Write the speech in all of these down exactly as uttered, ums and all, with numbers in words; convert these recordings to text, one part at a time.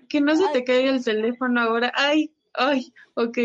que no se te caiga el teléfono ahora. Ay, ay, ok.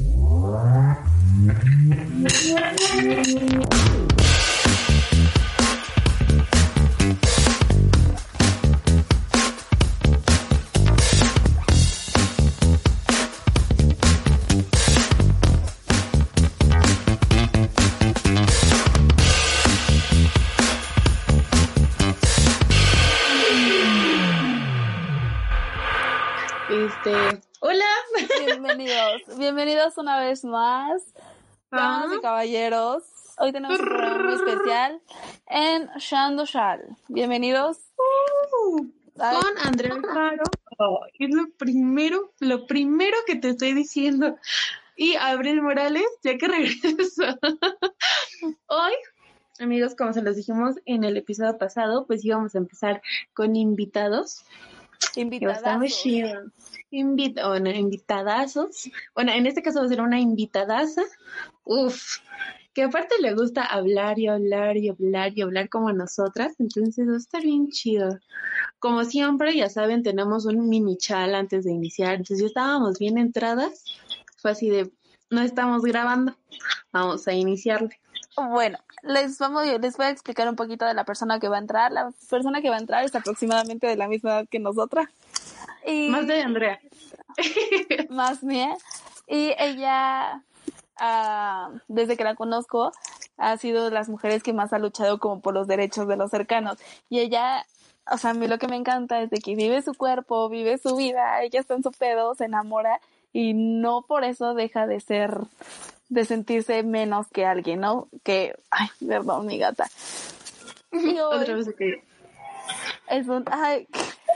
Este, hola. Bienvenidos, bienvenidos una vez más, damas y caballeros. Hoy tenemos un programa muy especial en Shando Shal. Bienvenidos. Uh, con Andrea Alfaro. Oh, es lo primero, lo primero que te estoy diciendo. Y Abril Morales, ya que regreso. Hoy, amigos, como se los dijimos en el episodio pasado, pues íbamos a empezar con invitados. Invitadazos. Invita, bueno, invitadazos. Bueno, en este caso va a ser una invitadaza. Uf, que aparte le gusta hablar y hablar y hablar y hablar como nosotras. Entonces va a estar bien chido. Como siempre, ya saben, tenemos un mini chal antes de iniciar. Entonces ya estábamos bien entradas. Fue así de, no estamos grabando. Vamos a iniciarle. Bueno, les vamos, les voy a explicar un poquito de la persona que va a entrar. La persona que va a entrar es aproximadamente de la misma edad que nosotras. Y más de Andrea. Más mía. Y ella, uh, desde que la conozco, ha sido de las mujeres que más ha luchado como por los derechos de los cercanos. Y ella, o sea, a mí lo que me encanta es de que vive su cuerpo, vive su vida, ella está en su pedo, se enamora y no por eso deja de ser, de sentirse menos que alguien, ¿no? Que, ay, perdón, mi gata. Y hoy Otra vez que es un, ay...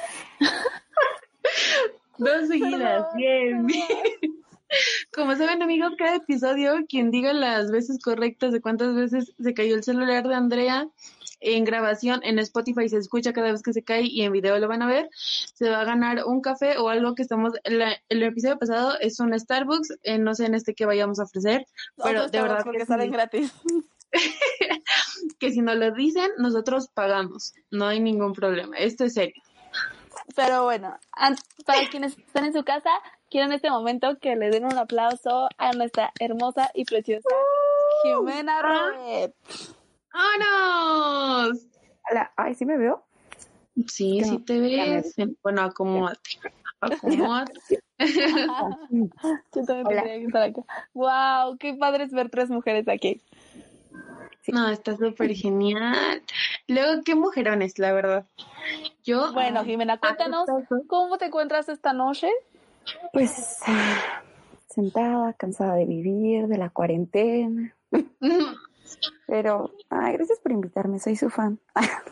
Dos seguidas, perdón, bien, bien. Como saben, amigos, cada episodio, quien diga las veces correctas de cuántas veces se cayó el celular de Andrea en grabación, en Spotify se escucha cada vez que se cae y en video lo van a ver, se va a ganar un café o algo que estamos... La, el episodio pasado es un Starbucks, eh, no sé en este qué vayamos a ofrecer, pero Otro de verdad porque que salen sí. gratis. Que si nos lo dicen, nosotros pagamos, no hay ningún problema, esto es serio. Pero bueno, para quienes están en su casa, quiero en este momento que le den un aplauso a nuestra hermosa y preciosa uh, Jimena Robet. ¡Vámonos! Hola, ay, ¿sí me veo? Sí, sí te ves. Bueno, acomódate. Acomódate. Yo también tendría que estar acá. Wow, qué padre es ver tres mujeres aquí. Sí. No, está súper genial. Luego, qué mujerones, la verdad. Yo. Bueno, Jimena, cuéntanos, ¿cómo te encuentras esta noche? Pues, sentada, cansada de vivir, de la cuarentena. Pero, ay, gracias por invitarme, soy su fan.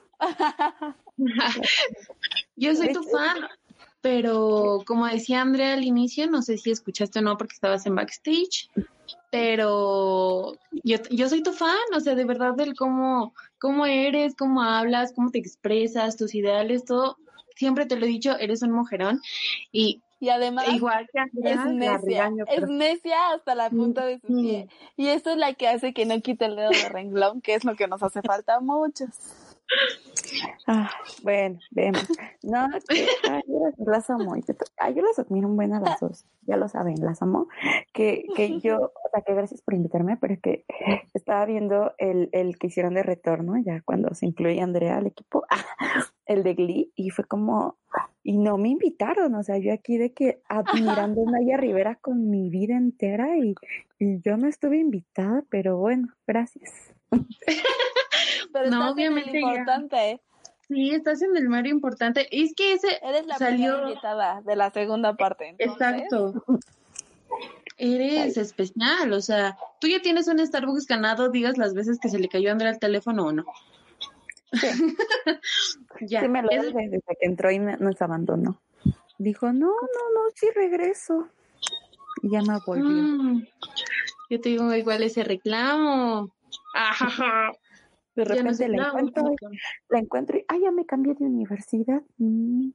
Yo soy tu fan, pero como decía Andrea al inicio, no sé si escuchaste o no porque estabas en backstage, pero yo, yo soy tu fan, o sea, de verdad del cómo, cómo eres, cómo hablas, cómo te expresas, tus ideales, todo, siempre te lo he dicho, eres un mujerón y Y además igual que Andrea, es necia, regaño, pero... es necia hasta la punta de su pie. Y esto es la que hace que no quite el dedo de renglón, que es lo que nos hace falta a muchos. Ah, bueno, vemos. No, que, ay, yo las amo. Ay, yo las admiro un buen a las dos. Ya lo saben, las amo. Que, que yo, o sea, que gracias por invitarme, pero es que estaba viendo el, el que hicieron de retorno, ya cuando se incluye Andrea al equipo, el de Glee, y fue como, y no me invitaron, o sea, yo aquí de que admirando a Naya Rivera con mi vida entera y, y yo no estuve invitada, pero bueno, gracias. Pero no, estás obviamente en el importante, ya. ¿eh? Sí, estás en el medio importante. Es que ese eres la salió... primera invitada de la segunda parte. Entonces... Exacto. Eres especial, o sea, tú ya tienes un Starbucks ganado, digas las veces que se le cayó a Andrea el teléfono o no. Sí. ya. Sí me lo es... desde que entró y nos abandonó. Dijo, no, no, no, sí regreso. Y ya me volvió. Mm, yo te digo igual ese reclamo. Ajaja. De repente no la, encuentro, la encuentro y, ay, ya me cambié de universidad. Mm.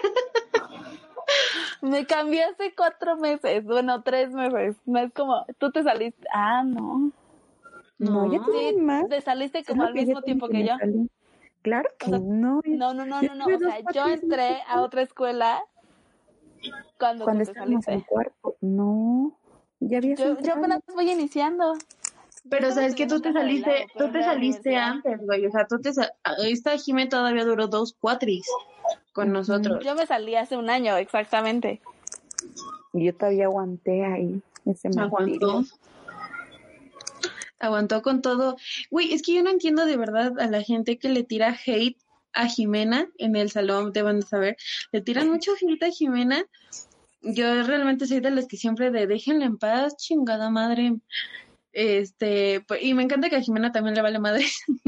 Me cambié hace cuatro meses, bueno, tres meses. No es como, tú te saliste, ah, no. No, ya sí, más. te saliste como al mismo tiempo que, que yo. Salí. Claro que o sea, no. No, no, no, no, no. O sea, yo entré a otra escuela Cuando, Cuando tú te estábamos en saliste. cuarto. No, ya había Yo, yo apenas voy iniciando. Pero Yo sabes estaba que tú estudiando te en casa del saliste, lago, pero tú en te la saliste universidad. antes, güey. O sea, tú te sa- esta Jime todavía duró dos cuatris con Ujú. nosotros. Yo me salí hace un año, exactamente. Y yo todavía aguanté ahí ese martirio. Aguantó. Aguantó con todo. Güey, es que yo no entiendo de verdad a la gente que le tira hate a Jimena en el salón, te van a saber. Le tiran mucho hate a Jimena. Yo realmente soy de las que siempre de déjenla en paz, chingada madre. Este, pues, y me encanta que a Jimena también le vale madre.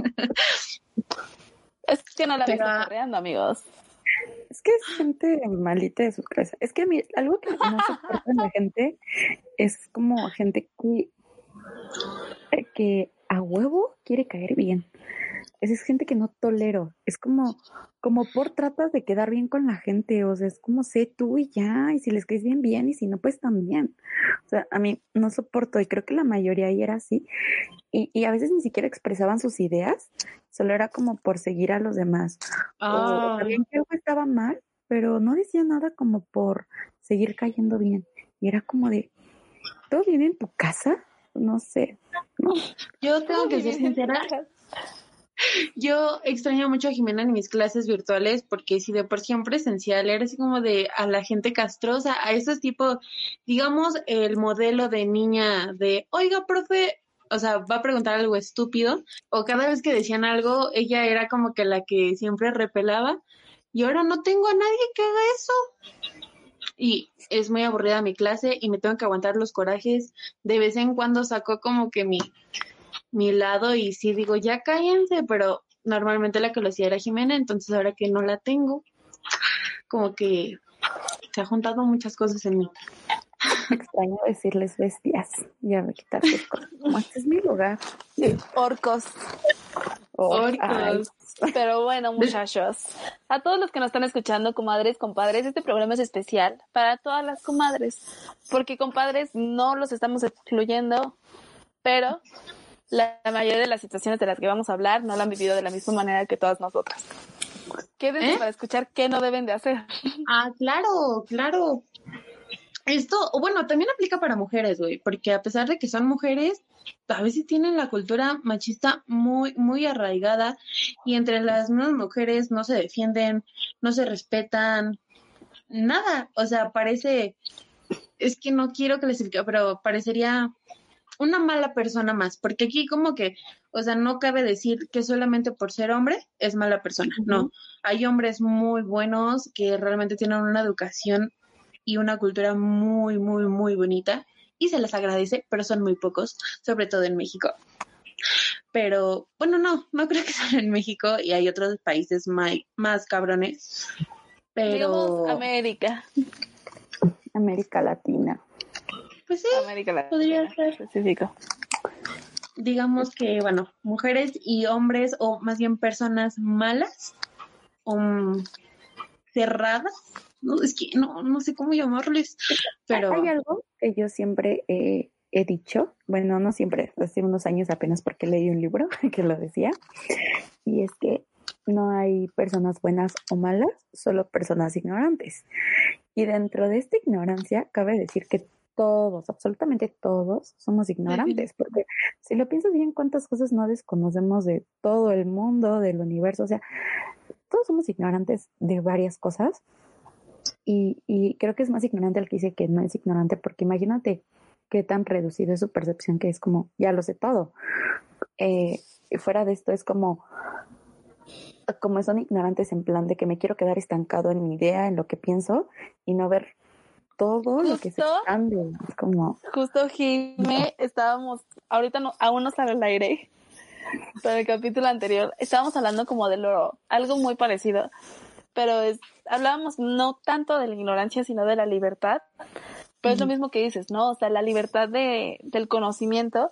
Es que no la he Pero, visto correando, amigos. Es que es gente malita de su cabeza. Es que a mí, algo que no soporto en la gente es como gente que, que a huevo quiere caer bien. Esa es gente que no tolero. Es como, como por tratas de quedar bien con la gente. O sea, es como sé tú y ya. Y si les caes bien, bien. Y si no, pues también. O sea, a mí no soporto. Y creo que la mayoría ahí era así. Y, y a veces ni siquiera expresaban sus ideas. Solo era como por seguir a los demás. O ah, sabían que algo estaba mal, pero no decían nada como por seguir cayendo bien. Y era como de, ¿todo bien en tu casa? No sé. No. yo tengo ¿Cómo que ser vivir en tu sincera. casa? Yo extraño mucho a Jimena en mis clases virtuales porque si de por sí en presencial era así como de a la gente castrosa, a esos tipos, digamos, el modelo de niña de, oiga, profe, o sea, va a preguntar algo estúpido, o cada vez que decían algo, ella era como que la que siempre repelaba, y ahora no tengo a nadie que haga eso. Y es muy aburrida mi clase y me tengo que aguantar los corajes. De vez en cuando saco como que mi mi lado y sí digo, ya cállense, pero normalmente la que lo hacía era Jimena, entonces ahora que no la tengo, como que se ha juntado muchas cosas en mí. Extraño decirles bestias. Ya me quitar sus cosas. Como este es mi lugar. Orcos. Or- ay, Orcos. Pero bueno, muchachos, a todos los que nos están escuchando, comadres, compadres, este programa es especial para todas las comadres, porque compadres no los estamos excluyendo, pero la mayoría de las situaciones de las que vamos a hablar no la han vivido de la misma manera que todas nosotras. Quédense ¿Eh? para escuchar qué no deben de hacer. Ah, claro, claro. Esto, o bueno, también aplica para mujeres, güey, porque a pesar de que son mujeres, a veces tienen la cultura machista muy, muy arraigada y entre las mismas mujeres no se defienden, no se respetan, nada. O sea, parece, es que no quiero clasificar, pero parecería una mala persona más, porque aquí como que, o sea, no cabe decir que solamente por ser hombre es mala persona, uh-huh. no, hay hombres muy buenos que realmente tienen una educación y una cultura muy, muy, muy bonita y se les agradece, pero son muy pocos, sobre todo en México. Pero, bueno, no, no creo que solo en México y hay otros países más, más cabrones, pero... Digamos América. América Latina. Pues sí, América Latina, podría ser. Específico. Digamos que, bueno, mujeres y hombres, o más bien personas malas, um, cerradas, no, es que no, no sé cómo llamarles, pero... Hay algo que yo siempre eh, he dicho, bueno, no siempre, hace unos años apenas porque leí un libro que lo decía, y es que no hay personas buenas o malas, solo personas ignorantes. Y dentro de esta ignorancia cabe decir que todos, absolutamente todos, somos ignorantes, porque si lo piensas bien, cuántas cosas no desconocemos de todo el mundo, del universo, o sea, todos somos ignorantes de varias cosas. Y, y creo que es más ignorante el que dice que no es ignorante, porque imagínate qué tan reducido es su percepción, que es como, ya lo sé todo. Eh, fuera de esto es como, como son ignorantes en plan de que me quiero quedar estancado en mi idea, en lo que pienso, y no ver todo Justo, lo que se expande. Es como... Justo, Jimé, estábamos, ahorita no, aún no sale al aire, pero el capítulo anterior estábamos hablando como de lo, algo muy parecido, pero es, hablábamos no tanto de la ignorancia, sino de la libertad, pero es lo mismo que dices, ¿no? O sea, la libertad de, del conocimiento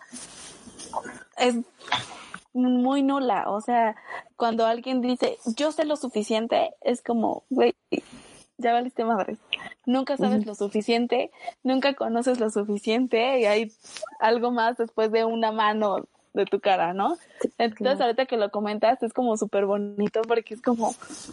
es muy nula, o sea, cuando alguien dice, yo sé lo suficiente, es como, güey, ya valiste madres, nunca sabes uh-huh. lo suficiente, nunca conoces lo suficiente y hay algo más después de una mano de tu cara, ¿no? Entonces claro. Ahorita que lo comentas es como súper bonito porque es como,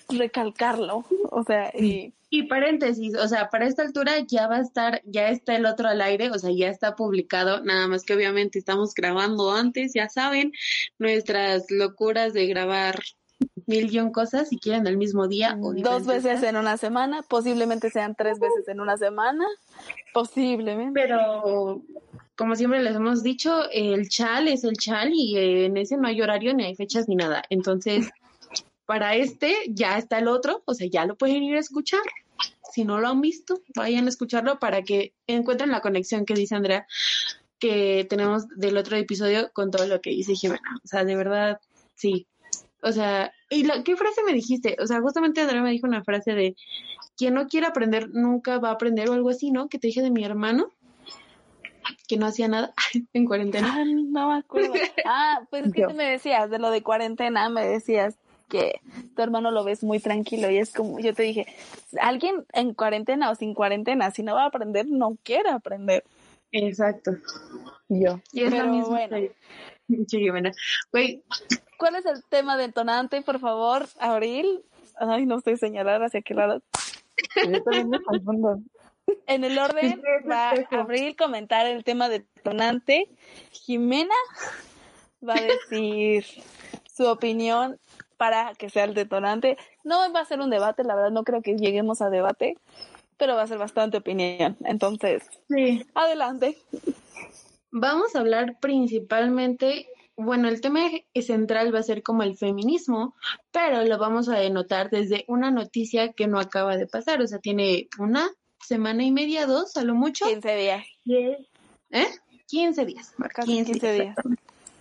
recalcarlo, o sea, y... Y paréntesis, o sea, para esta altura ya va a estar, ya está el otro al aire, o sea, ya está publicado, nada más que obviamente estamos grabando antes, ya saben, nuestras locuras de grabar mil y un cosas, si quieren el mismo día o dos veces días. En una semana, posiblemente sean tres veces en una semana, posiblemente. Pero, como siempre les hemos dicho, el chal es el chal y en ese no hay horario, ni hay fechas, ni nada. Entonces, para este ya está el otro, o sea, ya lo pueden ir a escuchar. Si no lo han visto, vayan a escucharlo para que encuentren la conexión que dice Andrea, que tenemos del otro episodio con todo lo que dice Jimena. O sea, de verdad, sí. O sea, ¿y la, qué frase me dijiste? O sea, justamente Andrea me dijo una frase de quien no quiere aprender nunca va a aprender o algo así, ¿no? Que te dije de mi hermano, que no hacía nada en cuarentena. Ah, no me acuerdo. Ah, pues es que Yo. tú me decías, de lo de cuarentena, me decías que tu hermano lo ves muy tranquilo y es como, yo te dije, alguien en cuarentena o sin cuarentena, si no va a aprender, no quiere aprender. Exacto. Yo. Y es Pero lo mismo. bueno. Que... Sí, Jimena. Güey, ¿Cuál es el tema detonante, por favor, Abril? Ay, no sé señalar hacia qué lado. Yo también me confundo. En el orden va Abril comentar el tema detonante. Jimena va a decir su opinión para que sea el detonante. No va a ser un debate, la verdad no creo que lleguemos a debate, pero va a ser bastante opinión. Entonces, sí. Adelante. Vamos a hablar principalmente, bueno, el tema central va a ser como el feminismo, pero lo vamos a denotar desde una noticia que no acaba de pasar, o sea, tiene una semana y media, dos, a lo mucho. quince días. ¿Eh? quince días. Casi quince, quince días. días.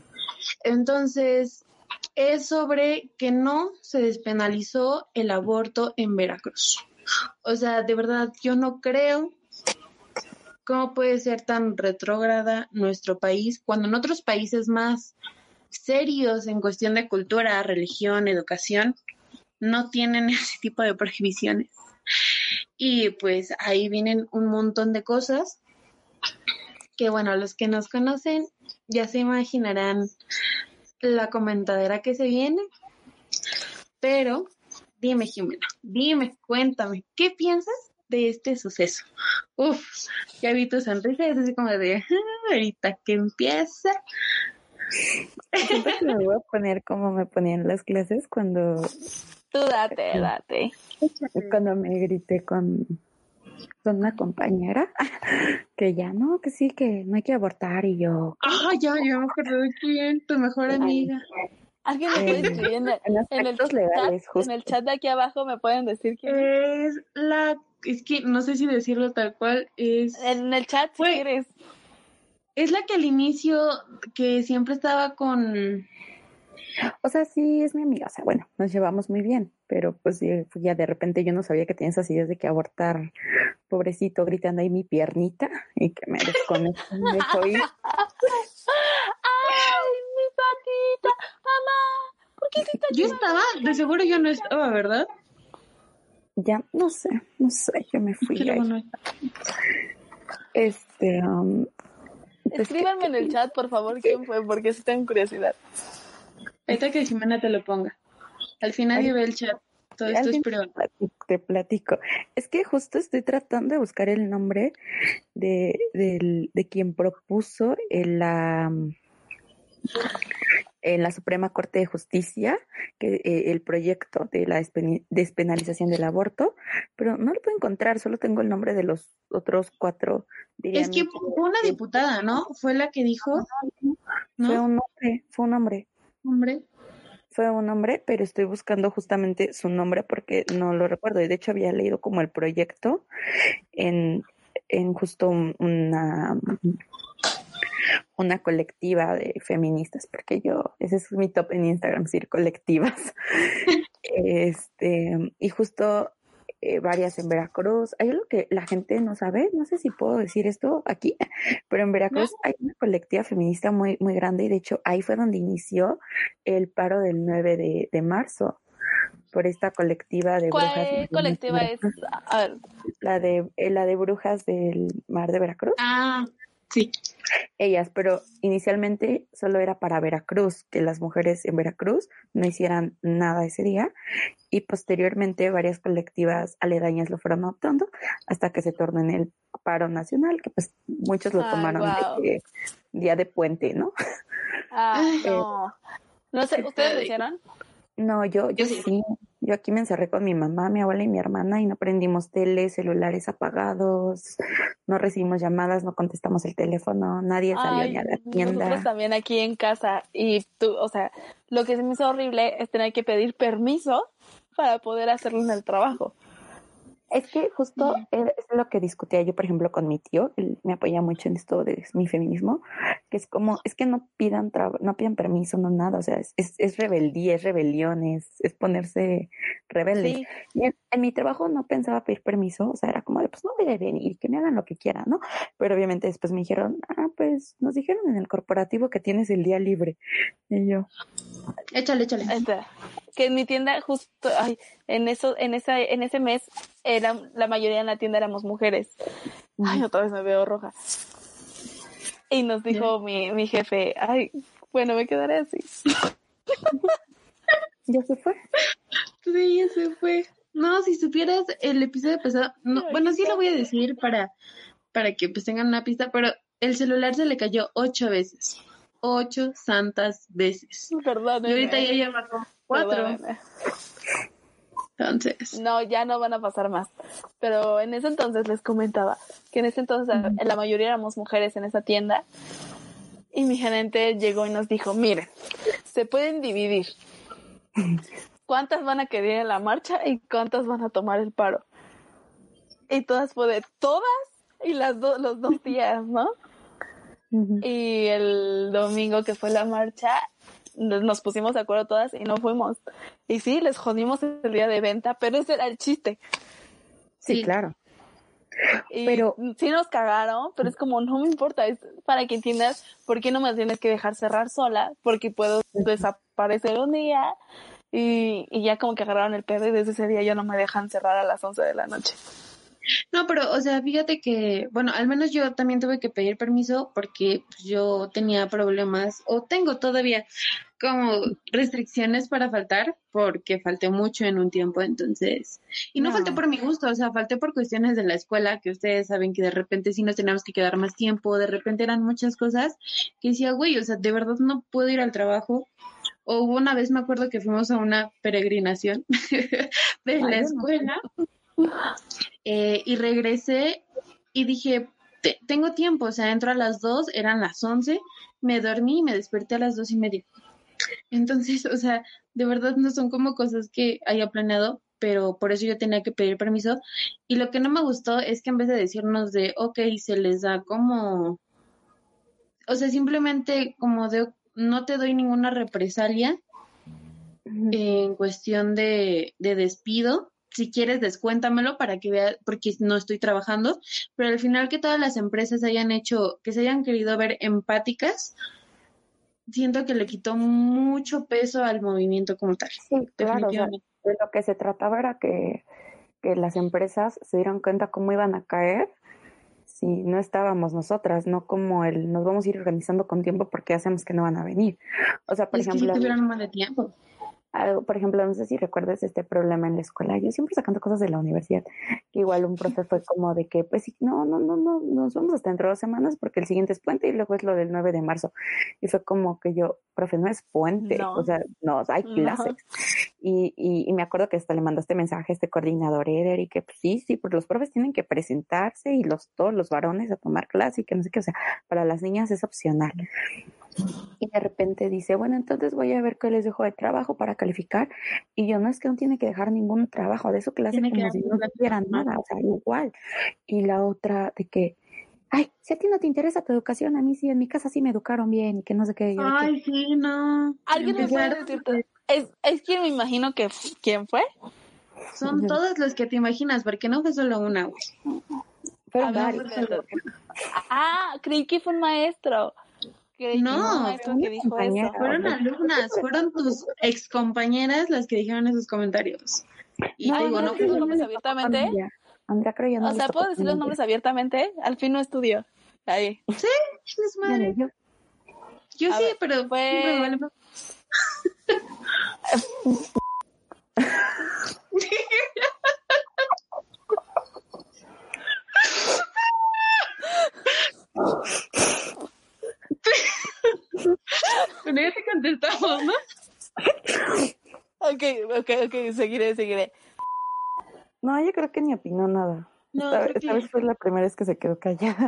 Entonces, es sobre que no se despenalizó el aborto en Veracruz. O sea, de verdad, yo no creo cómo puede ser tan retrógrada nuestro país cuando en otros países más serios en cuestión de cultura, religión, educación, no tienen ese tipo de prohibiciones. Y pues ahí vienen un montón de cosas que, bueno, los que nos conocen ya se imaginarán la comentadera que se viene. Pero dime, Jimena, dime, cuéntame, ¿qué piensas de este suceso? Uf, ya vi tu sonrisa, es así como de, ah, ahorita que empieza. Siento que me voy a poner como me ponía en las clases cuando... Tú date, date. Cuando me grité con, con una compañera, que ya no, que sí, que no hay que abortar, y yo... Ah, ya, ya me acuerdo de quién, tu mejor amiga. Alguien me puede escribir en el, en en el legales, chat, justo. en el chat de aquí abajo me pueden decir quién es. Es la, es que no sé si decirlo tal cual, es. En el chat si Fue, quieres. Es la que al inicio, que siempre estaba con... O sea, sí es mi amiga, o sea, bueno, nos llevamos muy bien, pero pues ya de repente yo no sabía que tenía esas ideas de que abortar, pobrecito, gritando ahí mi piernita y que me desconecten de oír. ¡Ay, mi patita! ¡Mamá! ¿Por qué te Yo estaba, de seguro yo no estaba, ¿verdad? Ya, no sé, no sé, yo me fui. Sí, ahí. no. Este, um, escríbanme que, en el chat, por favor, quién fue, porque sí tengo curiosidad. Ahorita que Jimena te lo ponga. Al final nadie ve el chat. Todo esto es privado. Te platico. Es que justo estoy tratando de buscar el nombre de, de, de quien propuso en la, en la Suprema Corte de Justicia que eh, el proyecto de la despenalización del aborto, pero no lo puedo encontrar, solo tengo el nombre de los otros cuatro. Es que fue una diputada, ¿no? Fue la que dijo. ¿No? Fue un hombre, fue un hombre. ¿Hombre? Fue un hombre, pero estoy buscando justamente su nombre porque no lo recuerdo. Y de hecho había leído como el proyecto en, en justo una, una colectiva de feministas, porque yo, ese es mi top en Instagram, decir colectivas. este, y justo eh, varias en Veracruz. Hay algo que la gente no sabe, no sé si puedo decir esto aquí, pero en Veracruz ¿no? hay una colectiva feminista muy, muy grande y de hecho ahí fue donde inició el paro del nueve de, de marzo por esta colectiva de ¿Cuál brujas. ¿Cuál colectiva es? A ver. La de, la de brujas del mar de Veracruz. Ah, sí. ellas, pero inicialmente solo era para Veracruz, que las mujeres en Veracruz no hicieran nada ese día, y posteriormente varias colectivas aledañas lo fueron adoptando hasta que se tornó en el paro nacional, que pues muchos lo Ay, tomaron wow. de que día de puente, ¿no? Ah, no. No sé, ¿ustedes lo hicieron? No, yo, yo Yo sí. sí. Yo aquí me encerré con mi mamá, mi abuela y mi hermana y no prendimos tele, celulares apagados, no recibimos llamadas, no contestamos el teléfono, nadie salió Ay, ni a la nosotros tienda. también aquí en casa y tú, o sea, lo que se me hizo horrible es tener que pedir permiso para poder hacerlo en el trabajo. Es que justo es lo que discutía yo, por ejemplo, con mi tío, él me apoya mucho en esto de mi feminismo, que es como, es que no pidan traba, no pidan permiso, no nada, o sea, es, es, es rebeldía, es rebelión, es, es ponerse rebeldes. Sí. Y en, en mi trabajo no pensaba pedir permiso, o sea, era como de, pues no voy a venir, que me hagan lo que quieran, ¿no? Pero obviamente después me dijeron, ah, pues nos dijeron en el corporativo que tienes el día libre. Y yo, Échale, échale. Este, que en mi tienda justo, ay, en eso, en esa, en ese mes era, la mayoría en la tienda éramos mujeres. Ay, otra vez me veo roja. Y nos dijo mi, mi jefe, ay, bueno, me quedaré así. ya se fue. Sí, ya se fue. No, si supieras el episodio pasado, no, Ay, bueno, sí no. lo voy a decir para, para que pues tengan una pista, pero el celular se le cayó ocho veces. Ocho santas veces. Perdónenme. Y ahorita ya lleva como cuatro. Perdónenme. Entonces. No, ya no van a pasar más. Pero en ese entonces les comentaba que en ese entonces uh-huh. la mayoría éramos mujeres en esa tienda. Y mi gerente llegó y nos dijo, miren, se pueden dividir. ¿Cuántas van a querer en la marcha y cuántas van a tomar el paro? Y todas fue todas y las do- los dos días, ¿no? Uh-huh. Y el domingo que fue la marcha, nos pusimos de acuerdo todas y no fuimos. Y sí, les jodimos el día de venta, pero ese era el chiste. Sí, sí. Claro. Y pero sí nos cagaron, pero es como, no me importa, es para que entiendas por qué no me tienes que dejar cerrar sola, porque puedo desaparecer un día y, y ya como que agarraron el pedo y desde ese día ya no me dejan cerrar a las once de la noche. No, pero, o sea, fíjate que, bueno, al menos yo también tuve que pedir permiso porque yo tenía problemas, o tengo todavía como restricciones para faltar, porque falté mucho en un tiempo, entonces, y no, no falté por mi gusto, o sea, falté por cuestiones de la escuela, que ustedes saben que de repente sí nos teníamos que quedar más tiempo, de repente eran muchas cosas que decía, güey, o sea, de verdad no puedo ir al trabajo. O hubo una vez, me acuerdo que fuimos a una peregrinación de la escuela. Eh, y regresé y dije, tengo tiempo, o sea, entro a las dos, eran las once, me dormí y me desperté a las dos y media. Entonces, o sea, de verdad no son como cosas que haya planeado, pero por eso yo tenía que pedir permiso. Y lo que no me gustó es que en vez de decirnos de, ok, se les da como, o sea, simplemente como de, no te doy ninguna represalia uh-huh. en cuestión de, de despido. Si quieres, descuéntamelo para que vea, porque no estoy trabajando, pero al final que todas las empresas hayan hecho, que se hayan querido ver empáticas, siento que le quitó mucho peso al movimiento como tal. Sí, claro, o sea, de lo que se trataba era que, que las empresas se dieran cuenta cómo iban a caer si no estábamos nosotras, no como el nos vamos a ir organizando con tiempo porque hacemos que no van a venir. O sea, por es ejemplo... que si tuvieran más de tiempo. Por ejemplo, no sé si recuerdas este problema en la escuela. Yo siempre sacando cosas de la universidad. Que igual un profe fue como de que, pues no, no, no, no, nos vamos hasta dentro de dos semanas porque el siguiente es puente y luego es lo del nueve de marzo. Y fue como que yo, profe, no es puente, no. o sea, no, hay clases. No. Y, y, y me acuerdo que hasta le mandaste mensaje a este coordinador, Eder, y que pues, sí, sí, porque los profes tienen que presentarse y los todos los varones a tomar clase y que no sé qué, o sea, para las niñas es opcional. Y de repente dice, bueno, entonces voy a ver qué les dejo de trabajo para calificar. Y yo, no es que no tiene que dejar ningún trabajo de su clase tiene como si no tuviera nada, o sea, igual. Y la otra de que, ay, si a ti no te interesa tu educación, a mí sí, en mi casa sí me educaron bien y que no sé qué. Ay, que... sí, no. ¿Alguien me puede decir? Es, es que me imagino que, ¿quién fue? Son uh-huh. todos los que te imaginas, porque no fue solo una, güey. Fueron varios. Ah, creí que fue un maestro. Creí no, que fue un maestro que dijo eso. Fueron alumnas, fueron tus ex compañeras las que dijeron esos comentarios. Y no, te digo, ¿puedo no decir los nombres abiertamente? Andrea, creo yo no o sea, ¿puedo decir los nombres abiertamente? Al fin no estudio. Ahí. Sí, chingas madre. Yo, yo sí, ver, pero pues... siempre me vale más. Bueno, ya te contestamos, ¿no? Ok, ok, ok, seguiré, seguiré. No, yo creo que ni opinó nada. No, esta, creo esta que... vez fue la primera vez que se quedó callada.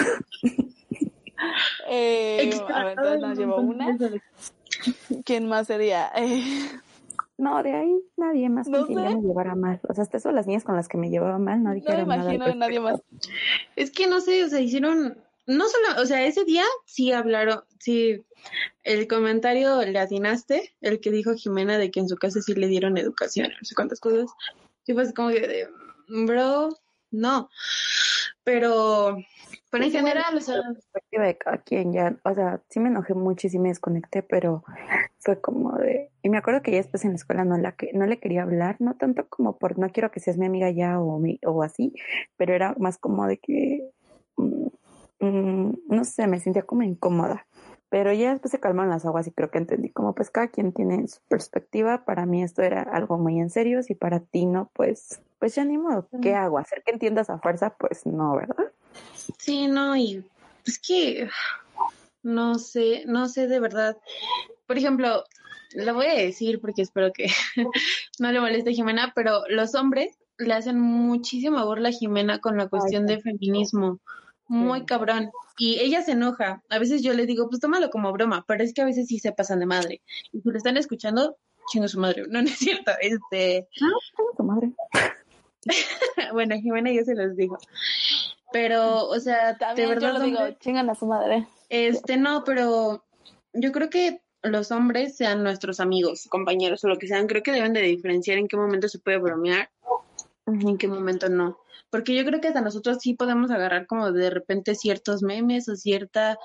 Eh, a ver, entonces nos llevó una. ¿Quién más sería? Eh, No, de ahí nadie más No con quien sé. yo me llevara mal. O sea, hasta eso las niñas con las que me llevaba mal no no me dijeron nada al imagino a nadie más. respecto. Es que no sé, o sea, hicieron, no solo, o sea, ese día sí hablaron, sí, el comentario le atinaste, el que dijo Jimena de que en su casa sí le dieron educación, no sé cuántas cosas, sí fue así como que de, bro, no, pero, pero en Pues igual, general, o sea, la perspectiva de cada quien ya, o sea, sí me enojé mucho y sí me desconecté, pero fue como de, y me acuerdo que ya después en la escuela no la que no le quería hablar, no tanto como por no quiero que seas mi amiga ya o mi, o así, pero era más como de que mm, mm, no sé, me sentía como incómoda. Pero ya después se calmaron las aguas y creo que entendí como pues cada quien tiene su perspectiva. Para mí esto era algo muy en serio, si para ti no, pues, pues ya ni modo. ¿Qué hago? ¿Hacer que entiendas a fuerza? Pues no, ¿verdad? sí, no, y es que, no sé, no sé de verdad, por ejemplo, lo voy a decir porque espero que no le moleste a Jimena, pero los hombres le hacen muchísima burla a Jimena con la Ay, cuestión sí. de feminismo, muy Sí. cabrón. Y ella se enoja. A veces yo le digo, pues tómalo como broma, pero es que a veces sí se pasan de madre. Y si lo están escuchando, chingo su madre. No, no es cierto. Este, Ah, tengo tu madre. bueno, Jimena ya se los digo. Pero, o sea, de También yo verdad, lo digo, hombres, chingan a su madre. este, no, pero yo creo que los hombres sean nuestros amigos, compañeros o lo que sean, creo que deben de diferenciar en qué momento se puede bromear y en qué momento no. Porque yo creo que hasta nosotros sí podemos agarrar como de repente ciertos memes o cierta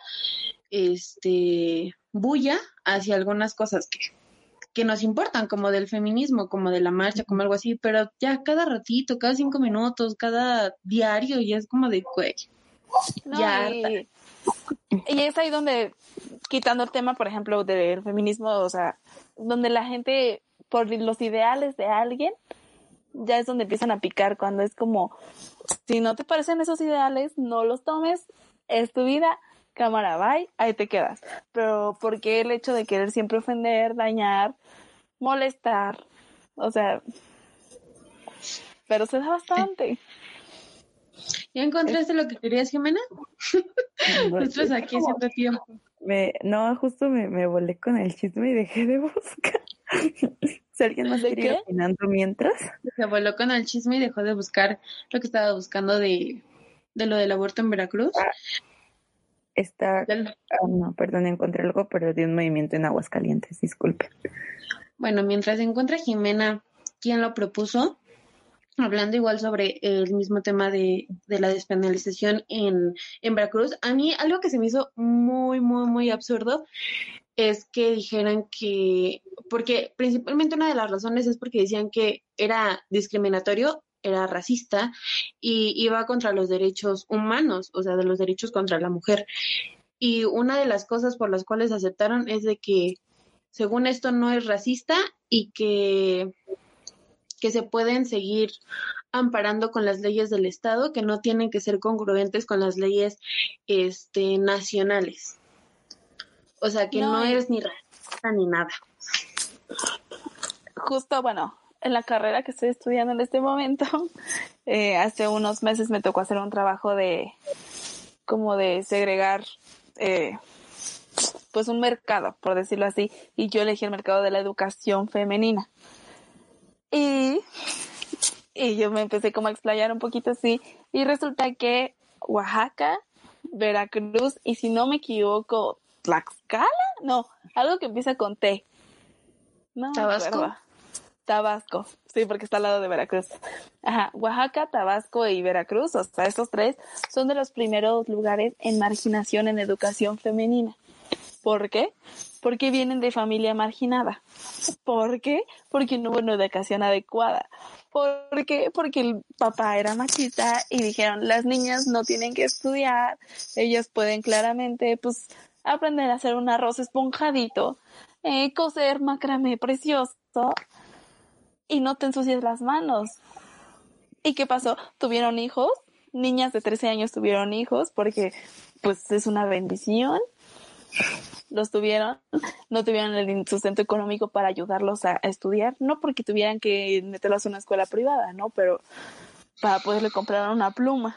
este bulla hacia algunas cosas que, que nos importan, como del feminismo, como de la marcha, como algo así, pero ya cada ratito, cada cinco minutos, cada diario, ya es como de güey, No, ya harta. y, y es ahí donde, quitando el tema, por ejemplo, del feminismo, o sea, donde la gente, por los ideales de alguien, ya es donde empiezan a picar, cuando es como, si no te parecen esos ideales, no los tomes, es tu vida, cámara, bye, ahí te quedas. Pero ¿por qué el hecho de querer siempre ofender, dañar, molestar? O sea, pero se da bastante. ¿Ya encontraste lo que querías, Jimena? Nosotros aquí haciendo tiempo. Me, no, justo me, me volé con el chisme y dejé de buscar. Si alguien más ¿De quiere ir qué? opinando mientras. Se voló con el chisme y dejó de buscar lo que estaba buscando de, de lo del aborto en Veracruz. Ah, está, Del- ah, no, perdón, encontré algo, pero de un movimiento en Aguascalientes, disculpe. Bueno, mientras se encuentra Jimena, ¿quién lo propuso? Hablando igual sobre el mismo tema de, de la despenalización en, en Veracruz, a mí algo que se me hizo muy, muy, muy absurdo es que dijeran que, porque principalmente una de las razones es porque decían que era discriminatorio, era racista y iba contra los derechos humanos, o sea, de los derechos contra la mujer. Y una de las cosas por las cuales aceptaron es de que, según esto, no es racista y que que se pueden seguir amparando con las leyes del Estado, que no tienen que ser congruentes con las leyes este, nacionales. O sea, que no, No, y eres ni racista ni nada. justo, bueno, en la carrera que estoy estudiando en este momento, eh, hace unos meses me tocó hacer un trabajo de, como de segregar, eh, pues un mercado, por decirlo así, y yo elegí el mercado de la educación femenina. Y, y yo me empecé como a explayar un poquito así, y resulta que Oaxaca, Veracruz, y si no me equivoco, Tlaxcala, no, algo que empieza con T. No me acuerdo. ¿Tabasco? Tabasco, sí, porque está al lado de Veracruz. Ajá, Oaxaca, Tabasco y Veracruz, o sea, estos tres son de los primeros lugares en marginación en educación femenina. ¿Por qué? Porque vienen de familia marginada. ¿Por qué? Porque no hubo una educación adecuada. ¿Por qué? Porque el papá era machista y dijeron, las niñas no tienen que estudiar, ellas pueden claramente, pues, aprender a hacer un arroz esponjadito, eh, coser macramé precioso y no te ensucies las manos. ¿Y qué pasó? ¿Tuvieron hijos? Niñas de trece años tuvieron hijos porque, pues, es una bendición. Los tuvieron, no tuvieron el sustento económico para ayudarlos a, a estudiar, no porque tuvieran que meterlos a una escuela privada, ¿no? Pero para poderle comprar una pluma.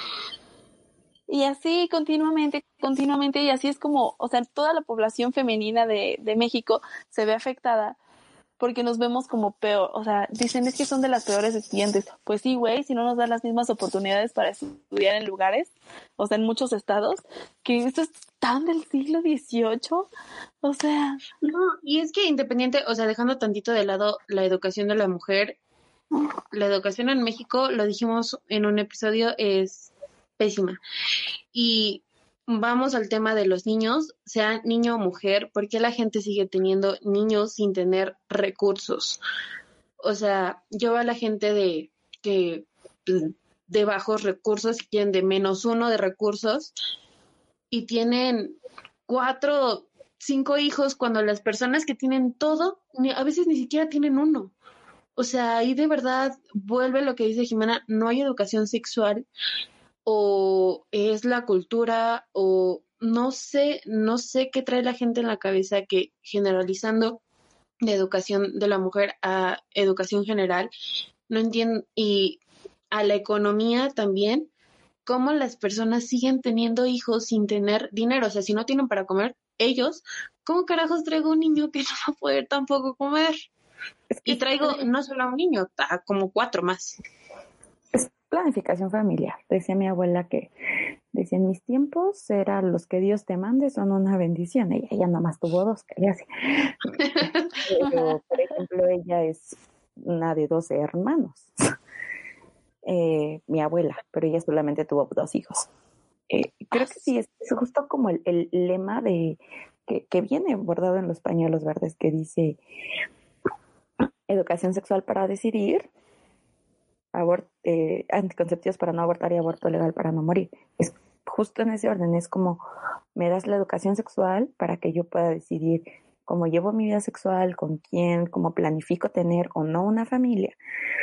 Y así continuamente, continuamente, y así es como, o sea, toda la población femenina de, de México se ve afectada porque nos vemos como peor, o sea, dicen es que son de las peores estudiantes. Pues sí, güey, si no nos dan las mismas oportunidades para estudiar en lugares, o sea, en muchos estados, que esto es tan del siglo dieciocho, o sea... No, y es que independiente, o sea, dejando tantito de lado la educación de la mujer, la educación en México, lo dijimos en un episodio, es pésima. Y vamos al tema de los niños, sea niño o mujer, ¿por qué la gente sigue teniendo niños sin tener recursos? O sea, yo veo a la gente de que de bajos recursos, quieren de menos uno de recursos y tienen cuatro, cinco hijos cuando las personas que tienen todo, ni, a veces ni siquiera tienen uno. O sea, ahí de verdad vuelve lo que dice Jimena, no hay educación sexual, o es la cultura, o no sé, no sé qué trae la gente en la cabeza que generalizando de educación de la mujer a educación general, no entiendo, y a la economía también, cómo las personas siguen teniendo hijos sin tener dinero, o sea, si no tienen para comer ellos, ¿cómo carajos traigo un niño que no va a poder tampoco comer? Es que y traigo es no solo a un niño, a como cuatro más. Es planificación familiar. Decía mi abuela que decía en mis tiempos eran los que Dios te mande son una bendición. Ella ya nada más tuvo dos, casi. Pero, por ejemplo, ella es una de doce hermanos. Eh, mi abuela, pero ella solamente tuvo dos hijos. Eh, creo que sí, es, es justo como el, el lema de que, que viene bordado en los pañuelos verdes que dice educación sexual para decidir, abort, eh, anticonceptivos para no abortar y aborto legal para no morir. Es justo en ese orden, es como me das la educación sexual para que yo pueda decidir cómo llevo mi vida sexual, con quién, cómo planifico tener o no una familia.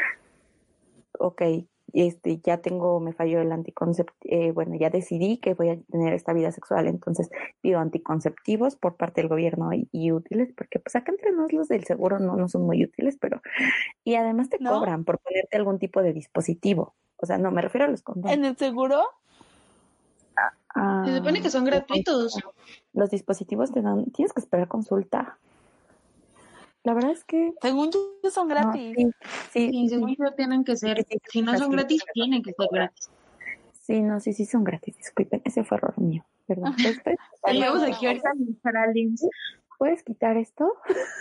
Ok, este, ya tengo, me falló el anticonceptivo, eh, bueno, ya decidí que voy a tener esta vida sexual, entonces pido anticonceptivos por parte del gobierno y, y útiles, porque pues acá entre nos los del seguro no, no son muy útiles, pero, y además te ¿No? cobran por ponerte algún tipo de dispositivo, o sea, no, me refiero a los condones. ¿En el seguro? Ah, Se supone que son gratuitos. Los dispositivos te dan, tienes que esperar consulta. La verdad es que... Según yo, son gratis. No, sí, sí, Sí, según sí, yo tienen que ser, sí, sí, si no son sí, gratis, sí, tienen que ser gratis. Sí, no, sí, sí son gratis, disculpen, ese fue error mío, perdón. Después, Y vamos aquí ahorita a buscar a alguien. ¿puedes quitar esto?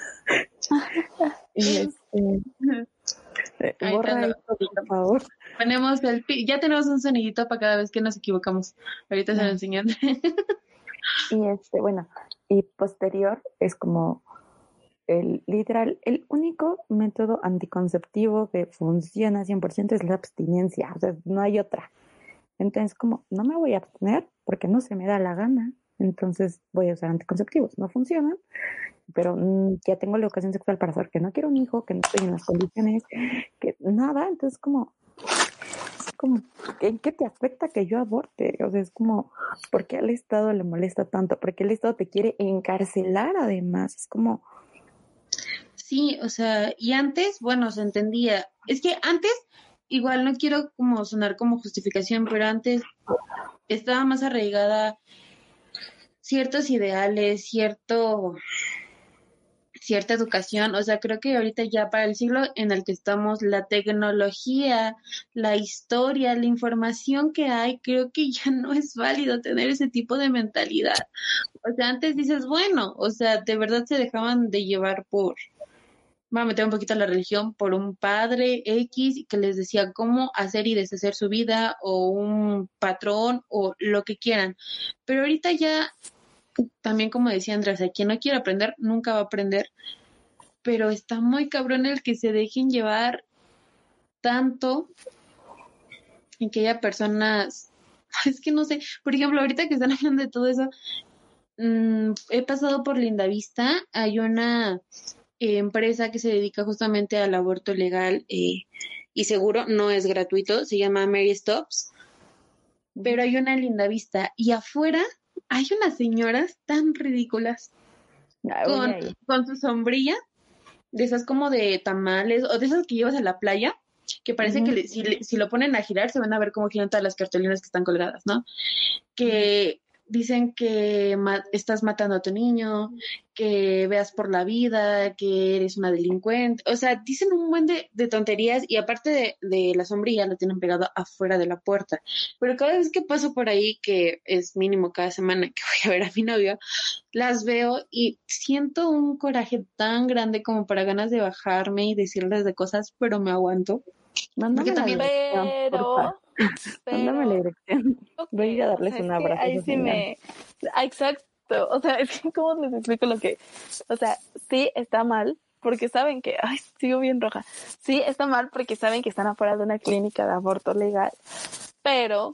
Y este, Ahí borra está, esto, por favor. ponemos el pi- ya tenemos un sonidito para cada vez que nos equivocamos. Ahorita se lo enseñan. Y este, bueno, y posterior es como el literal, el único método anticonceptivo que funciona cien por ciento es la abstinencia, o sea, no hay otra. Entonces, como no me voy a abstener porque no se me da la gana, entonces voy a usar anticonceptivos. No funcionan, pero mmm, ya tengo la educación sexual para saber que no quiero un hijo, que no estoy en las condiciones, que nada, entonces como, es como, ¿en qué te afecta que yo aborte? O sea, es como, ¿por qué al Estado le molesta tanto? ¿Por qué el Estado te quiere encarcelar además? Es como... Sí, o sea, y antes, bueno, se entendía. Es que antes, igual no quiero como sonar como justificación, pero antes estaba más arraigada ciertos ideales, cierto, cierta educación. O sea, creo que ahorita ya para el siglo en el que estamos, la tecnología, la historia, la información que hay, creo que ya no es válido tener ese tipo de mentalidad. O sea, antes dices, bueno, o sea, de verdad se dejaban de llevar por, voy a meter un poquito a la religión, por un padre X que les decía cómo hacer y deshacer su vida, o un patrón, o lo que quieran. Pero ahorita ya también como decía Andrés, quien no quiere aprender nunca va a aprender, pero está muy cabrón el que se dejen llevar tanto en que haya personas, es que no sé, por ejemplo, ahorita que están hablando de todo eso, mmm, he pasado por Lindavista, hay una eh, empresa que se dedica justamente al aborto legal eh, y seguro, no es gratuito, se llama Mary Stops, pero hay una en Lindavista y afuera hay unas señoras tan ridículas con, con su sombrilla, de esas como de tamales o de esas que llevas a la playa, que parece uh-huh. que le, si, le, si lo ponen a girar se van a ver cómo giran todas las cartulinas que están colgadas, ¿no? Que dicen que ma- estás matando a tu niño, que veas por la vida, que eres una delincuente, o sea, dicen un buen de, de tonterías y aparte de, de la sombrilla lo tienen pegado afuera de la puerta, pero cada vez que paso por ahí, que es mínimo cada semana que voy a ver a mi novio, las veo y siento un coraje tan grande como para ganas de bajarme y decirles de cosas, pero me aguanto. Mándame también, la dirección, pero, pero mándame la dirección. Okay, voy a darles o sea, un es abrazo. Ahí sí me... Exacto, o sea, es que cómo les explico lo que... O sea, sí está mal, porque saben que... Ay, sigo bien roja. Sí está mal porque saben que están afuera de una clínica de aborto legal, pero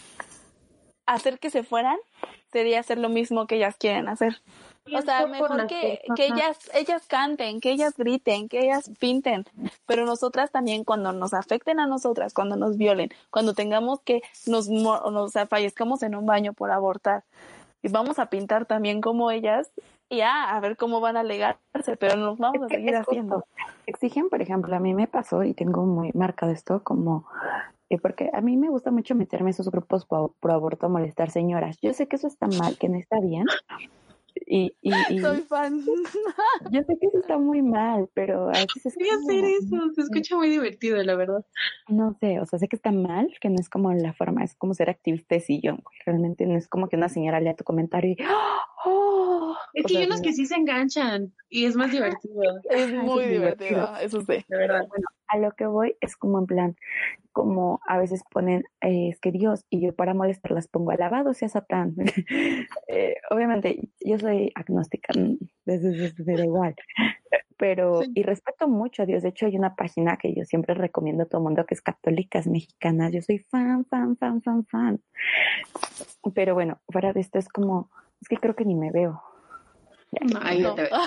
hacer que se fueran sería hacer lo mismo que ellas quieren hacer. O sea, mejor que, que ellas ellas canten, que ellas griten, que ellas pinten, pero nosotras también cuando nos afecten a nosotras, cuando nos violen, cuando tengamos que nos, nos o sea, fallezcamos en un baño por abortar, y vamos a pintar también como ellas y ah, a ver cómo van a alegarse, pero nos vamos a seguir haciendo. Exigen, por ejemplo, a mí me pasó y tengo muy marcado esto como... Eh, porque a mí me gusta mucho meterme en esos grupos pro, pro aborto, molestar señoras. Yo sé que eso está mal, que no está bien. Y, y, y soy fan. Yo sé que eso está muy mal, pero a veces es voy a hacer eso, se escucha muy divertido, la verdad. No sé, o sea, sé que está mal, que no es como la forma, es como ser activista de sillón, güey. Realmente no es como que una señora lea tu comentario y ¡oh! Es que hay unos que sí se enganchan y es más divertido. Es muy divertido, eso sí. De verdad. Bueno, a lo que voy es como en plan, como a veces ponen, eh, es que Dios, y yo para molestarlas pongo alabado sea Satán. eh, obviamente, yo soy agnóstica, desde me da igual, pero, sí. Y respeto mucho a Dios. De hecho, hay una página que yo siempre recomiendo a todo el mundo que es Católicas Mexicanas. Yo soy fan, fan, fan, fan, fan. Pero bueno, fuera de esto es como, es que creo que ni me veo. No, ahí no te veo.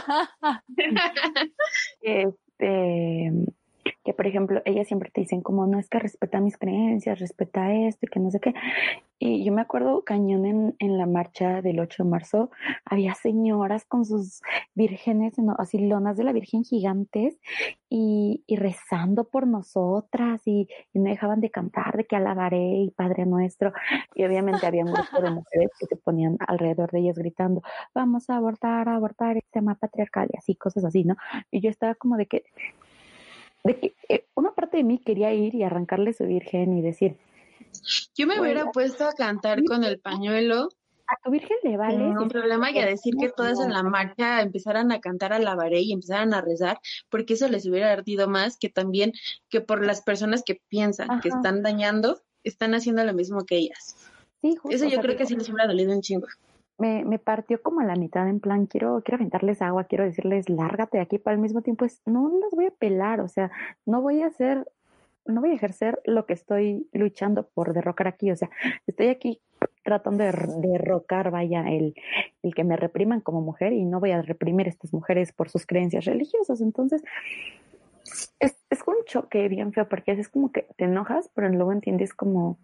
este... que por ejemplo, ellas siempre te dicen como, no, es que respeta mis creencias, respeta esto y que no sé qué. Y yo me acuerdo cañón en, en la marcha del ocho de marzo, había señoras con sus vírgenes, no, así lonas de la Virgen gigantes y, y rezando por nosotras y, y no dejaban de cantar, de que alabaré y Padre Nuestro. Y obviamente había un grupo de mujeres que se ponían alrededor de ellas gritando, vamos a abortar, a abortar, este tema patriarcal y así, cosas así, ¿no? Y yo estaba como de que de que eh, una parte de mí quería ir y arrancarle su virgen y decir, yo me hubiera puesto a cantar con el pañuelo a tu virgen le vale sin un problema y a decir que todas en la marcha empezaran a cantar alabaré y empezaran a rezar, porque eso les hubiera ardido más que también que por las personas que piensan Ajá. que están dañando, están haciendo lo mismo que ellas. Sí, justo, eso yo o sea, creo que, que sí les hubiera dolido un chingo. Me, me partió como a la mitad, en plan, quiero, quiero aventarles agua, quiero decirles, lárgate de aquí, pero al mismo tiempo es, no, no las voy a pelar, o sea, no voy a hacer, no voy a ejercer lo que estoy luchando por derrocar aquí, o sea, estoy aquí tratando de derrocar, vaya, el, el que me repriman como mujer y no voy a reprimir a estas mujeres por sus creencias religiosas, entonces, es, es un choque bien feo, porque es como que te enojas, pero luego entiendes como...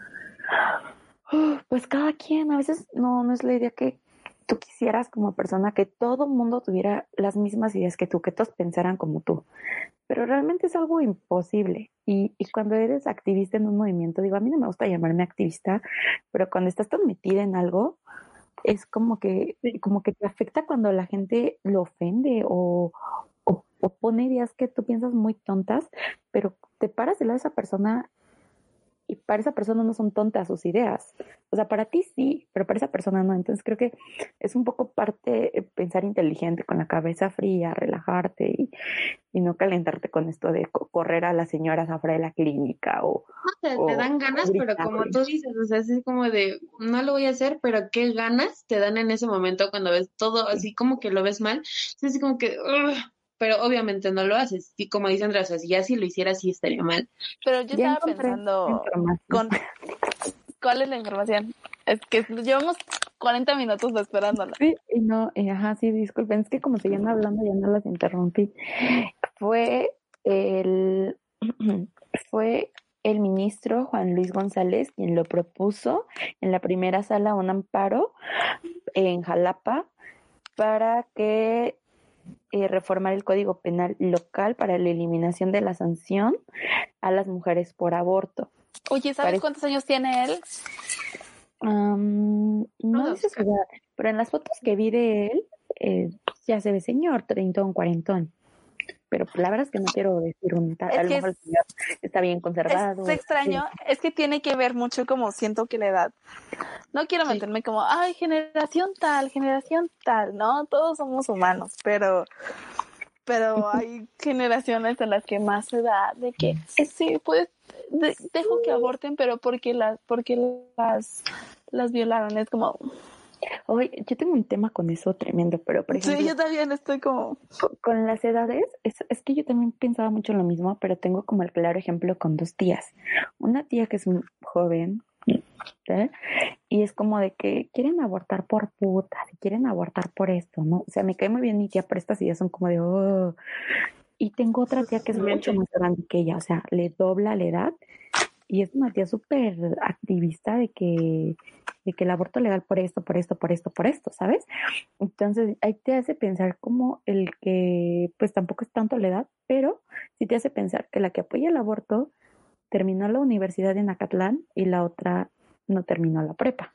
Pues cada quien, a veces no, no es la idea que tú quisieras como persona que todo el mundo tuviera las mismas ideas que tú, que todos pensaran como tú, pero realmente es algo imposible y, y cuando eres activista en un movimiento, digo, a mí no me gusta llamarme activista, pero cuando estás tan metida en algo, es como que, como que te afecta cuando la gente lo ofende o, o, o pone ideas que tú piensas muy tontas, pero te paras de lado de esa persona y para esa persona no son tontas sus ideas. O sea, para ti sí, pero para esa persona no. Entonces creo que es un poco parte eh, pensar inteligente, con la cabeza fría, relajarte y, y no calentarte con esto de co- correr a las señoras afuera de la clínica o, O sea, te o, dan o ganas, pero como gritarle. tú dices, o sea, es como de, no lo voy a hacer, pero qué ganas te dan en ese momento cuando ves todo así como que lo ves mal, es así como que, ugh, pero obviamente no lo haces, y como dice Andrea, o sea, si ya si lo hicieras sí estaría mal. Pero yo Ya estaba encontré pensando información. con cuál es la información. Es que llevamos cuarenta minutos esperándola. Sí, y no, y ajá, sí, disculpen, es que como siguen hablando ya no las interrumpí. Fue el, fue el ministro Juan Luis González quien lo propuso en la primera sala un amparo en Jalapa para que eh, reformar el Código Penal local para la eliminación de la sanción a las mujeres por aborto. Oye, ¿sabes Parece, cuántos años tiene él? um, no Todos. dice su edad, pero en las fotos que vi de él, eh, ya se ve señor, treintón, cuarentón. Pero la verdad es que no quiero decir un tal, a Es lo que mejor es, el señor está bien es conservado. extraño, es que tiene que ver mucho como siento que la edad. No quiero Sí. meterme como, ay, generación tal, generación tal, ¿no? Todos somos humanos, pero pero hay generaciones en las que más se da de que sí, pues de, dejo que aborten, pero porque las porque las las violaron, es como Oye, yo tengo un tema con eso tremendo, pero por ejemplo, sí, yo también estoy como co- con las edades, es, es que yo también pensaba mucho lo mismo, pero tengo como el claro ejemplo con dos tías. Una tía que es un joven, ¿eh? Y es como de que quieren abortar por putas, y quieren abortar por esto, ¿no? O sea, me cae muy bien mi tía, pero estas ideas son como de, oh. Y tengo otra tía que es mucho más grande que ella, o sea, le dobla la edad y es una tía súper activista de que, de que el aborto legal por esto, por esto, por esto, por esto, ¿sabes? Entonces, ahí te hace pensar como el que, pues tampoco es tanto la edad, pero sí te hace pensar que la que apoya el aborto terminó la universidad en Acatlán y la otra no terminó la prepa.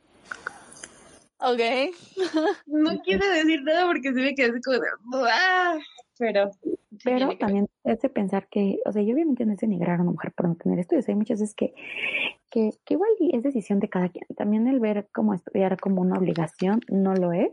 okay. No quiero decir nada porque se me quedé así como de, ¡ah! Pero sí Pero tiene que ver. también te hace pensar que, o sea, yo obviamente no es denigrar a una mujer por no tener estudios. Hay muchas veces que, que, que igual y es decisión de cada quien. También el ver como estudiar como una obligación no lo es.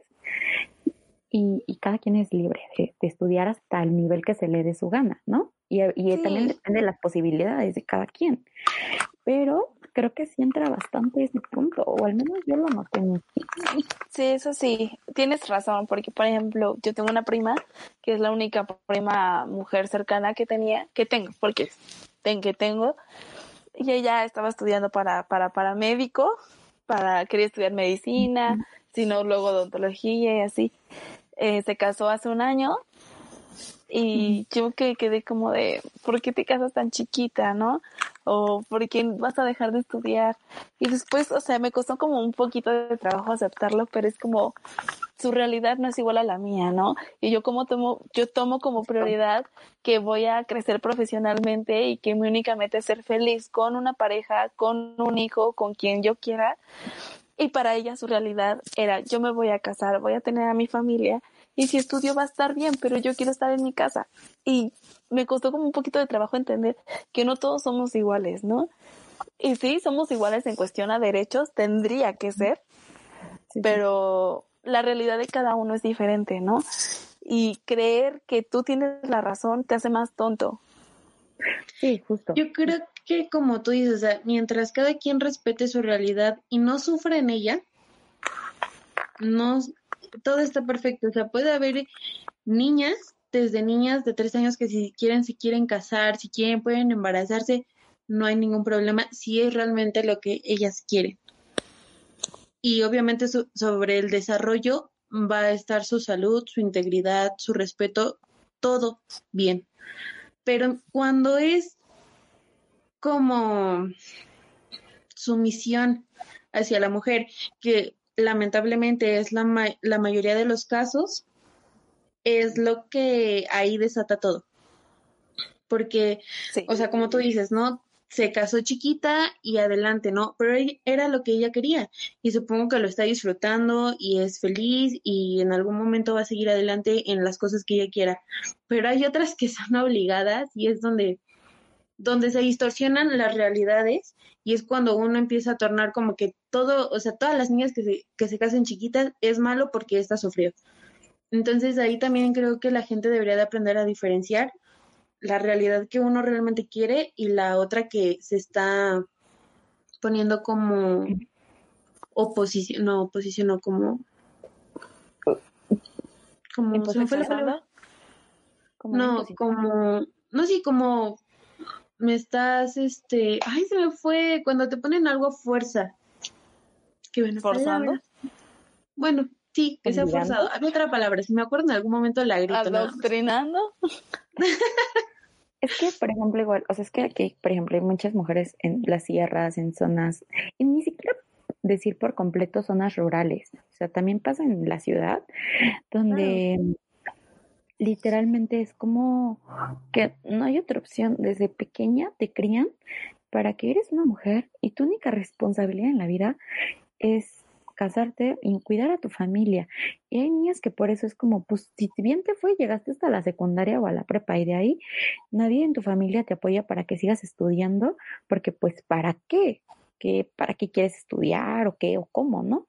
Y, y cada quien es libre de, de estudiar hasta el nivel que se le dé su gana, ¿no? Y, y también Sí, depende de las posibilidades de cada quien. Pero creo que sí entra bastante ese punto, o al menos yo lo noté en mí. sí, eso sí, tienes razón, porque por ejemplo, yo tengo una prima que es la única prima mujer cercana que tenía, que tengo, porque ten, que tengo, y ella estaba estudiando para para paramédico, para quería estudiar medicina, sino luego odontología y así. Eh, se casó hace un año y yo que quedé como de, ¿por qué te casas tan chiquita, no? O ¿por qué vas a dejar de estudiar? Y después, o sea, me costó como un poquito de trabajo aceptarlo, pero es como su realidad no es igual a la mía, ¿no? Y yo como tomo, yo tomo como prioridad que voy a crecer profesionalmente y que mi única meta es ser feliz con una pareja, con un hijo, con quien yo quiera. Y para ella su realidad era, yo me voy a casar, voy a tener a mi familia y si estudio va a estar bien, pero yo quiero estar en mi casa. Y me costó como un poquito de trabajo entender que no todos somos iguales, ¿no? Y sí, somos iguales en cuestión a derechos, tendría que ser, Sí, sí. pero la realidad de cada uno es diferente, ¿no? Y creer que tú tienes la razón te hace más tonto. Sí, justo. Yo creo que como tú dices, o sea, mientras cada quien respete su realidad y no sufra en ella, no, todo está perfecto. O sea, puede haber niñas, desde niñas de tres años que si quieren, se quieren casar, si quieren, pueden embarazarse, no hay ningún problema si es realmente lo que ellas quieren. Y obviamente so- sobre el desarrollo va a estar su salud, su integridad, su respeto, todo bien. Pero cuando es como sumisión hacia la mujer, que lamentablemente es la, ma- la mayoría de los casos, es lo que ahí desata todo. Porque, Sí. o sea, como tú dices, ¿no? Se casó chiquita y adelante, ¿no? Pero ella- era lo que ella quería y supongo que lo está disfrutando y es feliz y en algún momento va a seguir adelante en las cosas que ella quiera. Pero hay otras que son obligadas y es donde donde se distorsionan las realidades y es cuando uno empieza a tornar como que todo, o sea, todas las niñas que se, que se casen chiquitas es malo porque esta sufrió. Entonces ahí también creo que la gente debería de aprender a diferenciar la realidad que uno realmente quiere y la otra que se está poniendo como oposición, no oposición, no como como se me fue la palabra. Como No, como no sí, como me estás este, ay, se me fue cuando te ponen algo a fuerza. Qué buena ¿Forzando? palabra. Bueno, sí, que sea ¿Obligando? forzado. Había otra palabra, si me acuerdo en algún momento la grito nada más. ¿Adoctrinando? Es que, por ejemplo, igual, o sea, es que aquí, por ejemplo, hay muchas mujeres en las sierras, en zonas, y ni siquiera decir por completo zonas rurales, o sea, también pasa en la ciudad, donde literalmente es como que no hay otra opción, desde pequeña te crían para que eres una mujer y tu única responsabilidad en la vida es casarte y cuidar a tu familia. Y hay niñas que por eso es como, pues si bien te fue, llegaste hasta la secundaria o a la prepa y de ahí nadie en tu familia te apoya para que sigas estudiando, porque pues ¿para qué? ¿Qué ¿Para qué quieres estudiar o qué o cómo, no?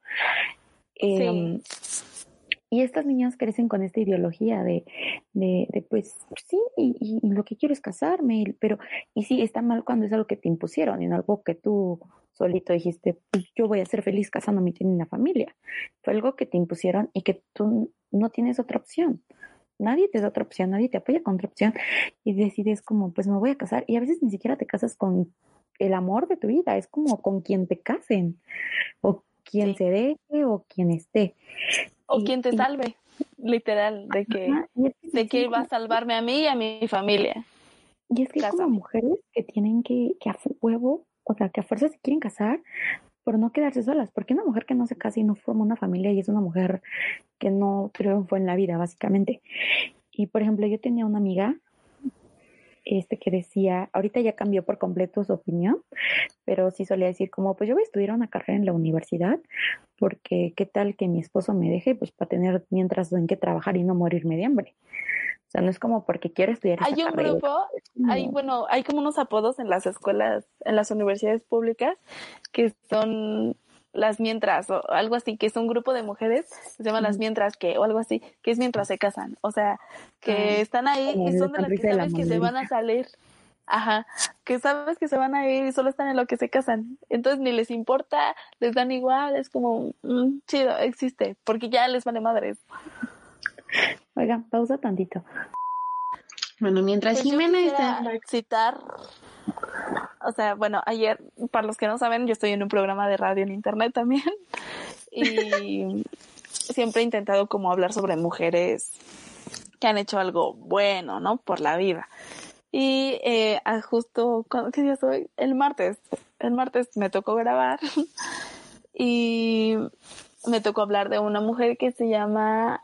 Eh, Sí. Y estas niñas crecen con esta ideología de, de, de pues sí, y, y lo que quiero es casarme, pero, y sí, está mal cuando es algo que te impusieron y no algo que tú solito dijiste, pues yo voy a ser feliz casándome y teniendo una familia. Fue algo que te impusieron y que tú no tienes otra opción. Nadie te da otra opción, nadie te apoya con otra opción y decides como, pues me voy a casar y a veces ni siquiera te casas con el amor de tu vida, es como con quien te casen o quien Sí. se deje o quien esté. O Y- quien te y- salve, literal, de que, Ajá, y es que se de que dicen va a como- salvarme a mí y a mi familia. y es que hay como Cásame. mujeres que tienen que, que a fu- huevo, o sea, que a fuerza se quieren casar por no quedarse solas, porque una mujer que no se casa y no forma una familia y es una mujer que no triunfó en la vida, básicamente. Y por ejemplo, yo tenía una amiga este que decía, ahorita ya cambió por completo su opinión, pero sí solía decir como, pues yo voy a estudiar una carrera en la universidad, porque qué tal que mi esposo me deje, pues para tener mientras en qué trabajar y no morirme de hambre. O sea, no es como porque quiero estudiar esa Hay un carrera. grupo, hay, bueno, hay como unos apodos en las escuelas, en las universidades públicas, que son las mientras, o algo así, que es un grupo de mujeres, se llaman las mientras que, o algo así, que es mientras se casan. O sea, que Ah, están ahí como y la son de las que sonrisa de la sabes que se Mona van a Lisa. salir. Ajá, que sabes que se van a ir y solo están en lo que se casan. Entonces ni les importa, les dan igual, es como, mm, chido, existe, porque ya les vale madres. Oigan, pausa tantito. Bueno, mientras Pues yo Jimena está en quisiera la... citar, o sea, bueno, ayer, para los que no saben, yo estoy en un programa de radio en internet también y siempre he intentado como hablar sobre mujeres que han hecho algo bueno, ¿no? Por la vida. Y eh, justo, ¿qué día soy? El martes. El martes me tocó grabar y me tocó hablar de una mujer que se llama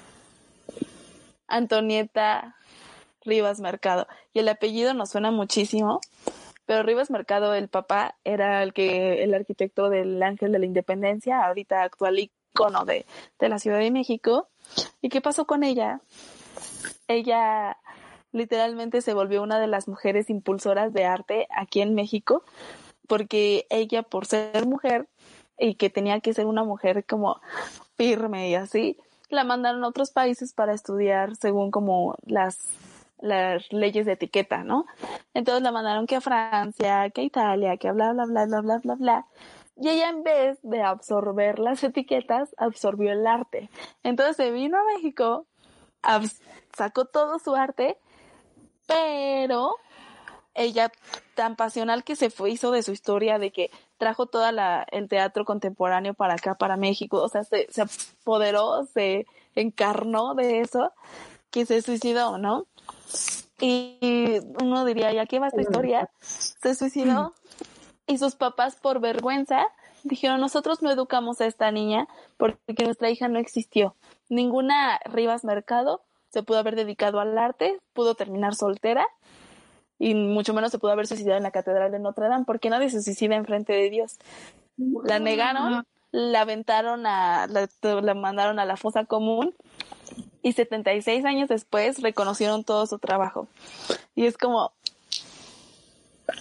Antonieta Rivas Mercado. Y el apellido nos suena muchísimo, pero Rivas Mercado, el papá, era el que el arquitecto del Ángel de la Independencia, ahorita actual icono de, de la Ciudad de México. ¿Y qué pasó con ella? Ella literalmente se volvió una de las mujeres impulsoras de arte aquí en México, porque ella, por ser mujer y que tenía que ser una mujer como firme y así, la mandaron a otros países para estudiar según como las las leyes de etiqueta, ¿no? Entonces la mandaron que a Francia, que a Italia, que a bla, bla, bla, bla, bla, bla, bla. Y ella, en vez de absorber las etiquetas, absorbió el arte. Entonces se vino a México, abs- sacó todo su arte, pero ella, tan pasional que se fue, hizo de su historia, de que trajo toda la el teatro contemporáneo para acá, para México, o sea, se, se apoderó, se encarnó de eso, que se suicidó, ¿no? Y uno diría, ¿y a qué va esta historia? Se suicidó y sus papás, por vergüenza, dijeron, nosotros no educamos a esta niña porque nuestra hija no existió. Ninguna Rivas Mercado se pudo haber dedicado al arte, pudo terminar soltera y mucho menos se pudo haber suicidado en la Catedral de Notre Dame, porque nadie se suicida enfrente de Dios. La negaron, la aventaron a, la, la mandaron a la fosa común y setenta y seis años después reconocieron todo su trabajo. Y es como...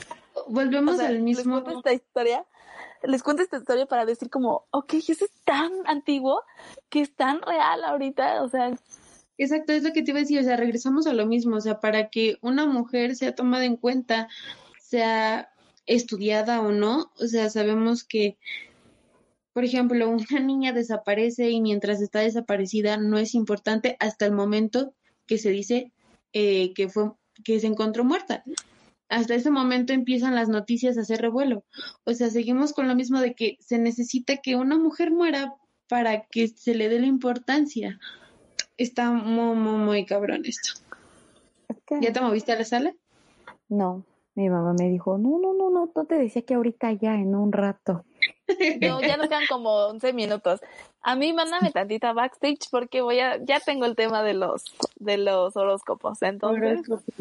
volvemos o sea, al mismo... Les cuento esta historia, les cuento esta historia para decir como, ok, eso es tan antiguo que es tan real ahorita, o sea... Exacto, es lo que te iba a decir, o sea, regresamos a lo mismo, o sea, para que una mujer sea tomada en cuenta, sea estudiada o no, o sea, sabemos que, por ejemplo, una niña desaparece y mientras está desaparecida no es importante hasta el momento que se dice eh, que fue que se encontró muerta. Hasta ese momento empiezan las noticias a hacer revuelo. O sea, seguimos con lo mismo de que se necesita que una mujer muera para que se le dé la importancia. Está muy, muy, muy cabrón esto. Es que... ¿Ya te moviste a la sala? No, mi mamá me dijo, no, no, no, no, no te decía que ahorita ya, en un rato. No, ya nos quedan como once minutos. A mí mándame tantita backstage porque voy a, ya tengo el tema de los, de los horóscopos, entonces.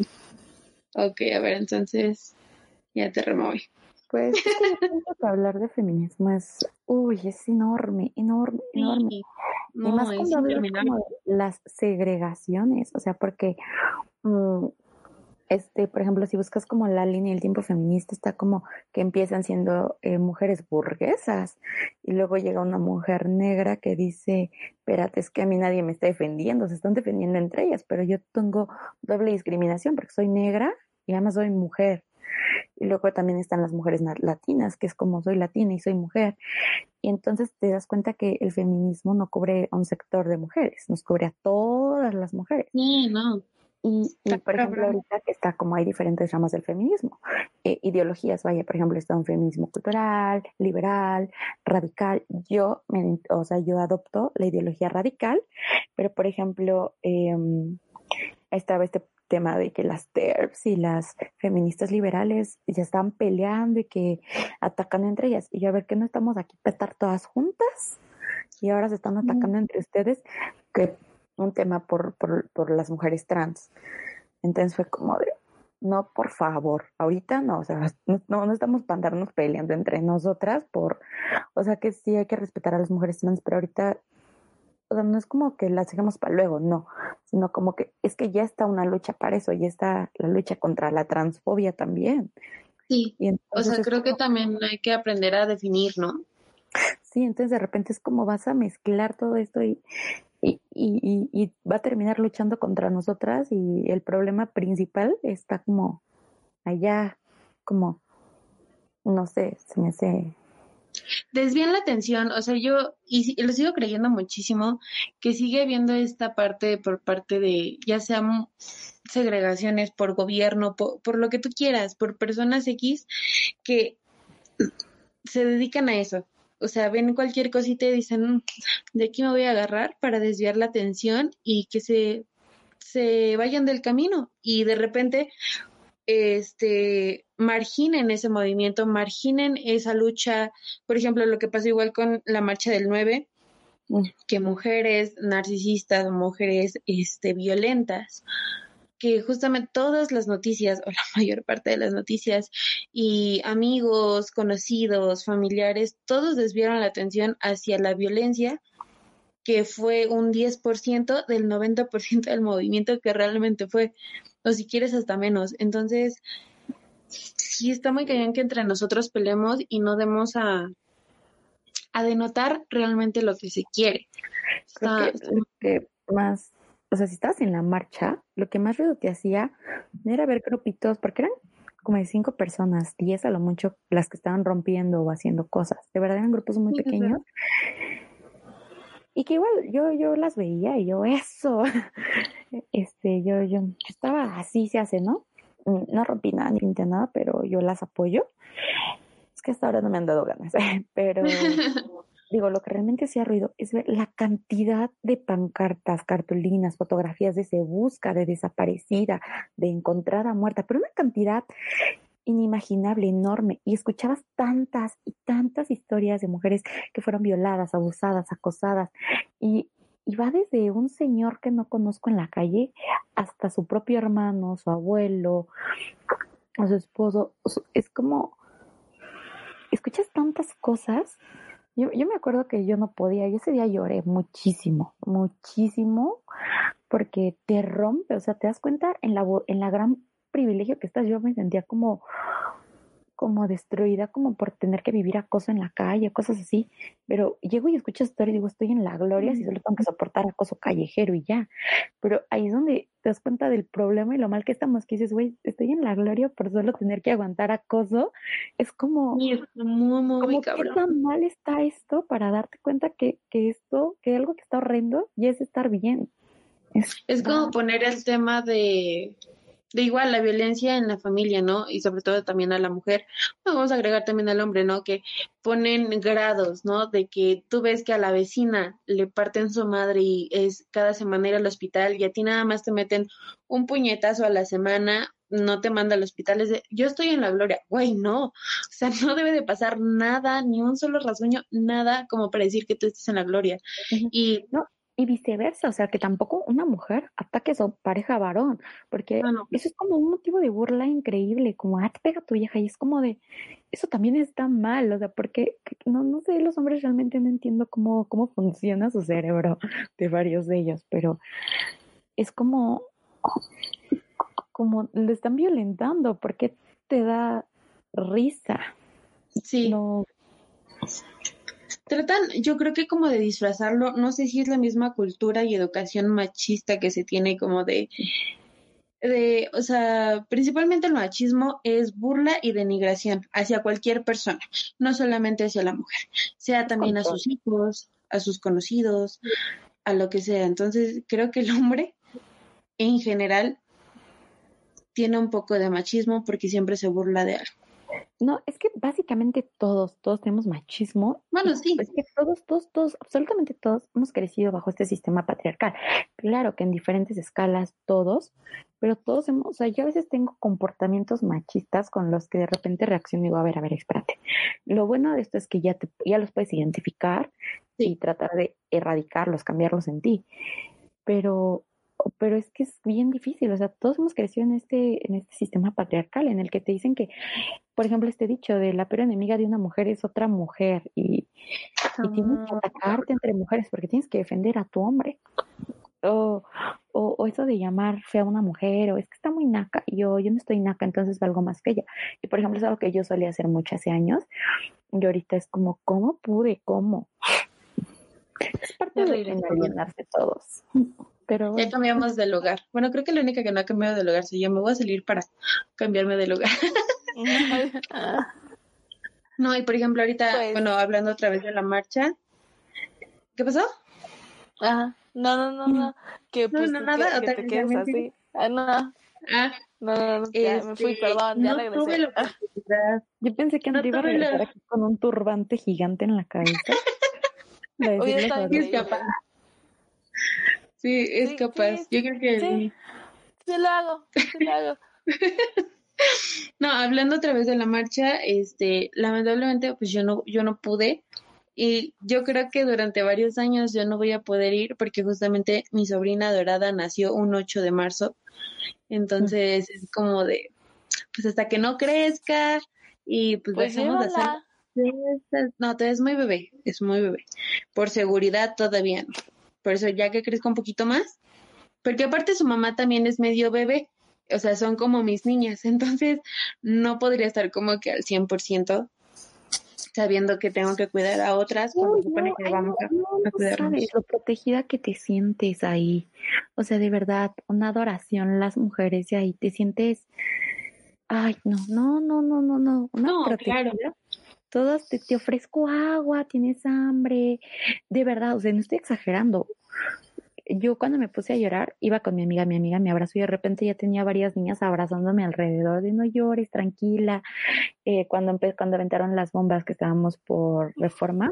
Ok, a ver, entonces ya te removí. Pues es que yo pienso que hablar de feminismo es, uy, es enorme, enorme, enorme. Sí, y más no, cuando hablas como de las segregaciones, o sea, porque, um, este, por ejemplo, si buscas como la línea del tiempo feminista, está como que empiezan siendo eh, mujeres burguesas y luego llega una mujer negra que dice, espérate, es que a mí nadie me está defendiendo, se están defendiendo entre ellas, pero yo tengo doble discriminación porque soy negra y además soy mujer. Y luego también están las mujeres latinas, que es como soy latina y soy mujer. Y entonces te das cuenta que el feminismo no cubre a un sector de mujeres, nos cubre a todas las mujeres. Sí, no. Y, y por ejemplo, ahorita que está como hay diferentes ramas del feminismo, eh, ideologías, vaya, por ejemplo, está un feminismo cultural, liberal, radical. Yo, me, o sea, yo adopto la ideología radical, pero por ejemplo, eh, estaba este tema de que las T E R Ps y las feministas liberales ya están peleando y que atacan entre ellas. Y yo, a ver, que no estamos aquí para estar todas juntas y ahora se están atacando mm. entre ustedes, que un tema por, por, por las mujeres trans. Entonces fue como de, no, por favor, ahorita no, o sea, no, no estamos para andarnos peleando entre nosotras por, o sea, que sí hay que respetar a las mujeres trans, pero ahorita, o sea, no es como que las dejemos para luego, no, sino como que es que ya está una lucha para eso, ya está la lucha contra la transfobia también. Sí, y o sea, creo como... que también hay que aprender a definir, ¿no? Sí, entonces de repente es como vas a mezclar todo esto y, y, y, y va a terminar luchando contra nosotras y el problema principal está como allá, como, no sé, se me hace... Desvían la atención, o sea, yo, y lo sigo creyendo muchísimo, que sigue habiendo esta parte por parte de, ya sea segregaciones por gobierno, por, por lo que tú quieras, por personas X, que se dedican a eso. O sea, ven cualquier cosita y dicen, de aquí me voy a agarrar para desviar la atención y que se, se vayan del camino. Y de repente, este, marginen ese movimiento, marginen esa lucha. Por ejemplo, lo que pasó igual con la marcha del nueve, que mujeres narcisistas, mujeres este, violentas, que justamente todas las noticias, o la mayor parte de las noticias, y amigos, conocidos, familiares, todos desviaron la atención hacia la violencia, que fue un diez por ciento del noventa por ciento del movimiento que realmente fue, o si quieres hasta menos. Entonces, sí está muy cañón que entre nosotros peleemos y no demos a, a denotar realmente lo que se quiere. Creo está, que está... lo que más... O sea, si estabas en la marcha, lo que más ruido te hacía era ver grupitos, porque eran como de cinco personas, diez a lo mucho, las que estaban rompiendo o haciendo cosas. De verdad eran grupos muy sí, pequeños. Y que igual yo, yo las veía y yo, eso. este, yo, yo estaba así se hace, ¿no? No rompí nada ni pinté nada, pero yo las apoyo. Es que hasta ahora no me han dado ganas, pero... Digo, lo que realmente hacía ruido es ver la cantidad de pancartas, cartulinas, fotografías de se busca, de desaparecida, de encontrada muerta, pero una cantidad inimaginable, enorme. Y escuchabas tantas y tantas historias de mujeres que fueron violadas, abusadas, acosadas. Y, y va desde un señor que no conozco en la calle hasta su propio hermano, su abuelo, o su esposo. Es como, escuchas tantas cosas. Yo, yo me acuerdo que yo no podía, yo ese día lloré muchísimo, muchísimo, porque te rompe, o sea, te das cuenta en la, en la gran privilegio que estás, yo me sentía como, como destruida como por tener que vivir acoso en la calle, cosas así, pero llego y escucho esta historia y digo, estoy en la gloria si solo tengo que soportar acoso callejero y ya, pero ahí es donde te das cuenta del problema y lo mal que estamos, que dices, güey, estoy en la gloria por solo tener que aguantar acoso, es como, Sí, está muy, muy como qué cabrón. tan mal está esto para darte cuenta que, que esto, que algo que está horrendo ya es estar bien. Es, Es como poner el tema de, de igual la violencia en la familia, ¿no? Y sobre todo también a la mujer. Bueno, vamos a agregar también al hombre, ¿no? Que ponen grados, ¿no? De que tú ves que a la vecina le parten su madre y es cada semana ir al hospital y a ti nada más te meten un puñetazo a la semana, no te manda al hospital. Es de, yo estoy en la gloria. Güey, no. O sea, no debe de pasar nada, ni un solo rasguño, nada como para decir que tú estás en la gloria. Ujú. Y No, y viceversa, o sea, que tampoco una mujer ataque a su pareja varón, porque no, no, eso es como un motivo de burla increíble, como, ah, te pega tu vieja, y es como de, eso también está mal, o sea, porque, no, no sé, los hombres realmente no entiendo cómo, cómo funciona su cerebro de varios de ellos, pero es como, como le están violentando, porque te da risa, sí. no. Tratan, yo creo que como de disfrazarlo, no sé si es la misma cultura y educación machista que se tiene como de, de, o sea, principalmente el machismo es burla y denigración hacia cualquier persona, no solamente hacia la mujer, sea también a sus hijos, a sus conocidos, a lo que sea. Entonces, creo que el hombre en general tiene un poco de machismo porque siempre se burla de algo. No, es que básicamente todos, todos tenemos machismo. Bueno, sí. Es que todos, todos, todos, absolutamente todos hemos crecido bajo este sistema patriarcal. Claro que en diferentes escalas todos, pero todos hemos, o sea, yo a veces tengo comportamientos machistas con los que de repente reacciono y digo, a ver, a ver, espérate. Lo bueno de esto es que ya, te, ya los puedes identificar Sí. y tratar de erradicarlos, cambiarlos en ti. Pero pero es que es bien difícil, o sea, todos hemos crecido en este, en este sistema patriarcal en el que te dicen que, por ejemplo, este dicho de la peor enemiga de una mujer es otra mujer y, y tienes que atacarte entre mujeres porque tienes que defender a tu hombre. O, o, o eso de llamar fea a una mujer, o es que está muy naca, y yo, yo no estoy naca, entonces valgo más que ella. Y por ejemplo, es algo que yo solía hacer mucho hace años, y ahorita es como, ¿cómo pude? ¿Cómo? Es parte de alienarse todos. Pero bueno. Ya cambiamos de lugar. Bueno, creo que la única que no ha cambiado de lugar soy yo. Me voy a salir para cambiarme de lugar. No, y por ejemplo, ahorita, pues... bueno, hablando otra vez de la marcha. ¿Qué pasó? Ajá. No, no, no, no. Que, no, pues, no, nada. Que, que te quedes así. Ah, no. Ah. No, no, no, ya este, me fui, perdón, ya no regresé. Tuve la oportunidad. Yo pensé que Andrea no iba a regresar la... aquí con un turbante gigante en la cabeza. Oye, está sí, es capaz. Sí, es sí, capaz. Sí, yo creo que... Sí, sí lo hago, sí lo hago. No, hablando otra vez de la marcha, este, lamentablemente, pues yo no, yo no pude. Y yo creo que durante varios años yo no voy a poder ir porque justamente mi sobrina dorada nació un ocho de marzo. Entonces es como de, pues hasta que no crezca y pues, pues dejemos de hacer fiestas. No, todavía es muy bebé, es muy bebé. Por seguridad todavía no. Por eso ya que crezca un poquito más. Porque aparte su mamá también es medio bebé. O sea, son como mis niñas. Entonces no podría estar como que al cien por ciento sabiendo que tengo que cuidar a otras cuando Uy, se supone no, que ay, vamos no, a, no, a cuidarnos. No sabes lo protegida que te sientes ahí. O sea, de verdad, una adoración las mujeres y ahí te sientes... Ay, no, no, no, no, no, no. Una no, protegida. Claro. Todos te, te ofrezco agua, tienes hambre. De verdad, o sea, no estoy exagerando. Yo cuando me puse a llorar, iba con mi amiga, mi amiga me abrazó y de repente ya tenía varias niñas abrazándome alrededor de no llores, tranquila. Eh, cuando empe- cuando aventaron las bombas que estábamos por Reforma,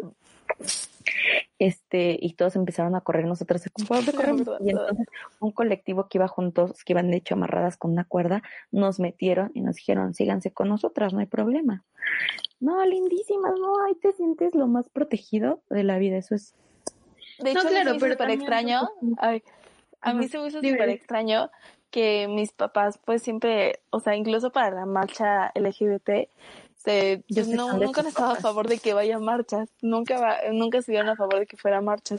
este, y todos empezaron a correr, nosotros de correr, y entonces un colectivo que iba juntos, que iban de hecho amarradas con una cuerda, nos metieron y nos dijeron, síganse con nosotras, no hay problema. No, lindísimas, no, ahí te sientes lo más protegido de la vida, eso es. De hecho, no, claro, a mí se me hizo súper extraño, Ay, a mí se me hizo súper extraño que mis papás pues siempre, o sea, incluso para la marcha L G B T, se, pues, no, nunca han estado a favor de que vaya a marchas, nunca va, nunca se dieron a favor de que fuera marchas.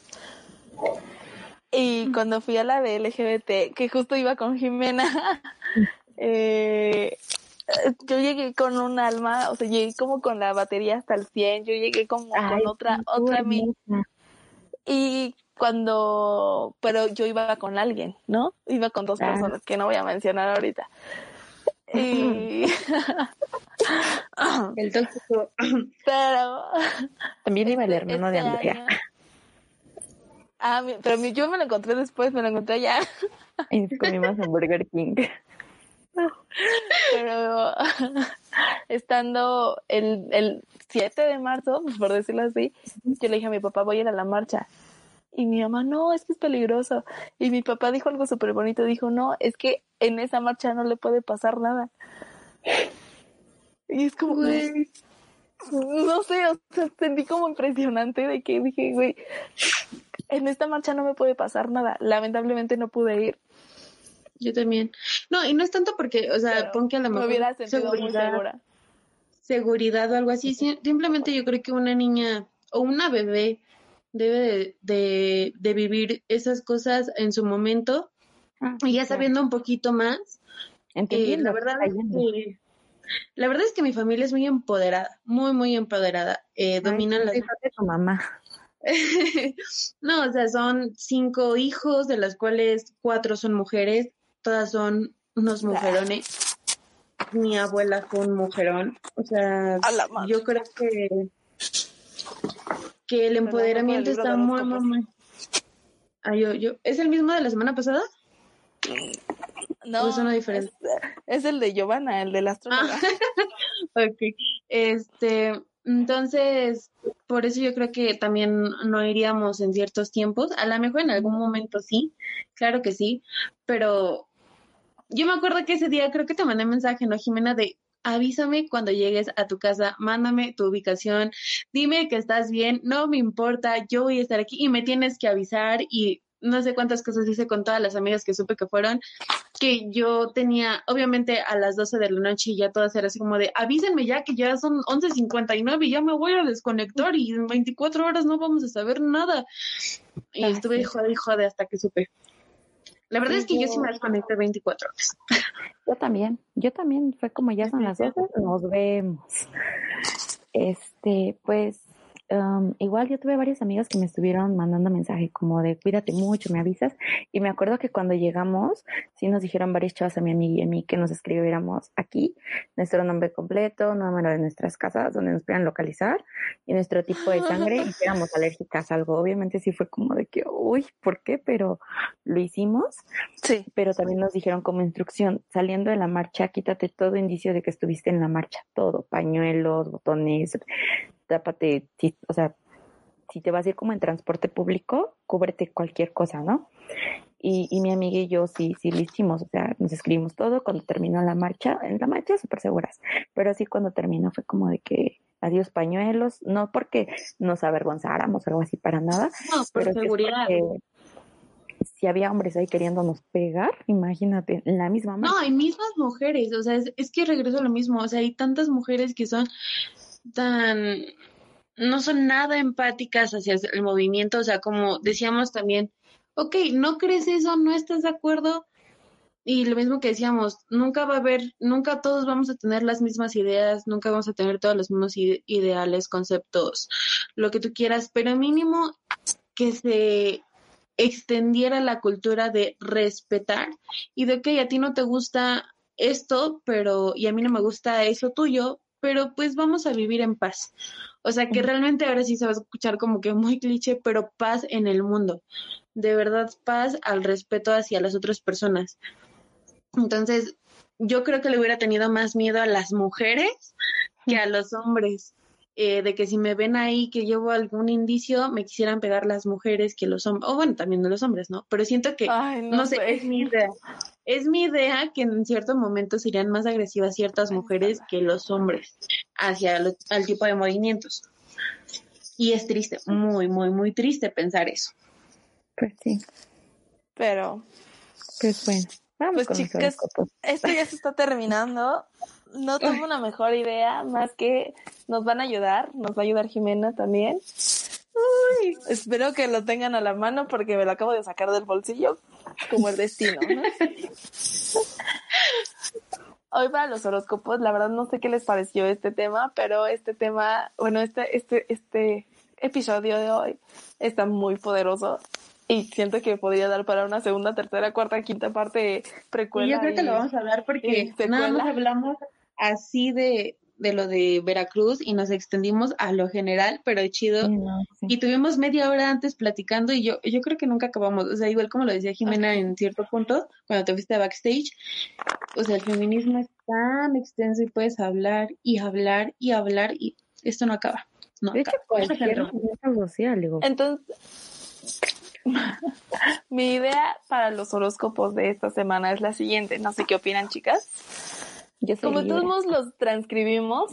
Y cuando fui a la de L G B T, que justo iba con Jimena, eh, yo llegué con un alma, o sea, llegué como con la batería hasta el cien, yo llegué como Ay, con otra, otra mi... Y cuando, pero yo iba con alguien, ¿no? Iba con dos claro. personas que no voy a mencionar ahorita. Y... el tóxico. Pero... También iba el hermano este de Andrea. Año... Ah, pero yo me lo encontré después, me lo encontré allá. Y nos comimos en Burger King. Pero estando el, el siete de marzo, por decirlo así, yo le dije a mi papá, voy a ir a la marcha. Y mi mamá, no, es que es peligroso. Y mi papá dijo algo súper bonito, dijo, no, es que en esa marcha no le puede pasar nada. Y es como, güey, no sé, o sea, sentí como impresionante de que dije, güey, en esta marcha no me puede pasar nada. Lamentablemente no pude ir. Yo también. No, y no es tanto porque, o sea, pon que a lo mejor me hubiera sentido seguridad, muy segura. Seguridad o algo así. Simplemente yo creo que una niña o una bebé debe de, de, de vivir esas cosas en su momento ah, y ya sabiendo claro. un poquito más. Entendiendo. Eh, la verdad es que la verdad es que mi familia es muy empoderada, muy, muy empoderada. Eh, Ay, dominan las... de tu mamá. No, o sea, son cinco hijos, de las cuales cuatro son mujeres, todas son unos mujerones. Mi abuela fue un mujerón, o sea, yo creo que que el empoderamiento está muy, muy, muy... Ah, yo, yo... ¿Es el mismo de la semana pasada? No, ¿O es uno diferente? Es, es el de Giovanna, el de la astróloga. Ah, ok, este... Entonces, por eso yo creo que también no iríamos en ciertos tiempos. A lo mejor en algún momento sí, claro que sí, pero yo me acuerdo que ese día creo que te mandé mensaje, ¿no, Jimena? De avísame cuando llegues a tu casa, mándame tu ubicación, dime que estás bien, no me importa, yo voy a estar aquí y me tienes que avisar y no sé cuántas cosas hice con todas las amigas que supe que fueron, que yo tenía, obviamente a las doce de la noche y ya todas eran así como de, avísenme ya que ya son once cincuenta y nueve y ya me voy a desconectar y en veinticuatro horas no vamos a saber nada. Y Ay, estuve sí. jode y jode hasta que supe. La verdad sí, es que yo... yo sí me desconecté veinticuatro horas. Yo también, yo también, fue como ya son las doce, nos vemos. Este, pues, Um, igual yo tuve varias amigas que me estuvieron mandando mensaje como de cuídate mucho, me avisas, y me acuerdo que cuando llegamos sí nos dijeron varias chavas a mi amiga y a mí que nos escribiéramos aquí nuestro nombre completo, número de nuestras casas donde nos puedan localizar y nuestro tipo de sangre y que éramos alérgicas a algo. Obviamente sí fue como de que uy, ¿por qué? Pero lo hicimos. Sí. Pero también nos dijeron como instrucción, saliendo de la marcha, quítate todo indicio de que estuviste en la marcha, todo, pañuelos, botones, tápate, si, o sea, si te vas a ir como en transporte público, cúbrete cualquier cosa, ¿no? Y, y mi amiga y yo sí, sí lo hicimos, o sea, nos escribimos todo cuando terminó la marcha, en la marcha súper seguras, pero así cuando terminó fue como de que adiós pañuelos, no porque nos avergonzáramos o algo así para nada, no, por pero seguridad. Es si había hombres ahí queriéndonos pegar, imagínate, en la misma marcha. No, hay mismas mujeres, o sea, es, es que regreso a lo mismo, o sea, hay tantas mujeres que son tan, no son nada empáticas hacia el movimiento, o sea, como decíamos también, ok, no crees eso, no estás de acuerdo, y lo mismo que decíamos, nunca va a haber, nunca todos vamos a tener las mismas ideas, nunca vamos a tener todos los mismos ide- ideales, conceptos, lo que tú quieras, pero mínimo que se extendiera la cultura de respetar y de que a ti no te gusta esto, pero y a mí no me gusta eso tuyo, pero pues vamos a vivir en paz. O sea, que realmente ahora sí se va a escuchar como que muy cliché, pero paz en el mundo. De verdad, paz al respeto hacia las otras personas. Entonces, yo creo que le hubiera tenido más miedo a las mujeres que a los hombres. Eh, de que si me ven ahí que llevo algún indicio, me quisieran pegar las mujeres que los hombres, o bueno, también de los hombres, ¿no? Pero siento que, Ay, no, no sé, sé, es mi idea. Es mi idea que en cierto momento serían más agresivas ciertas mujeres que los hombres hacia lo, al tipo de movimientos. Y es triste, muy, muy, muy triste pensar eso. Pues sí. Pero, pues bueno. Vamos pues chicas, esto ya se está terminando. No tuve una mejor idea, más que nos van a ayudar, nos va a ayudar Jimena también. Uy, espero que lo tengan a la mano porque me lo acabo de sacar del bolsillo, como el destino, ¿no? hoy para los horóscopos, la verdad no sé qué les pareció este tema, pero este tema, bueno, este, este, este episodio de hoy está muy poderoso y siento que podría dar para una segunda, tercera, cuarta, quinta parte precuela. Y yo creo que y, lo vamos a dar porque nada más hablamos así de, de lo de Veracruz y nos extendimos a lo general, pero chido. Sí, no, sí. Y tuvimos media hora antes platicando y yo, yo creo que nunca acabamos. O sea, igual como lo decía Jimena okay. en cierto punto, cuando te fuiste a backstage, o sea, el feminismo es tan extenso y puedes hablar y hablar y hablar y esto no acaba. No de acaba. hecho, cualquier movimiento social, digo. Entonces, mi idea para los horóscopos de esta semana es la siguiente. No sé qué opinan, chicas. Yo soy Como libre. Todos los transcribimos,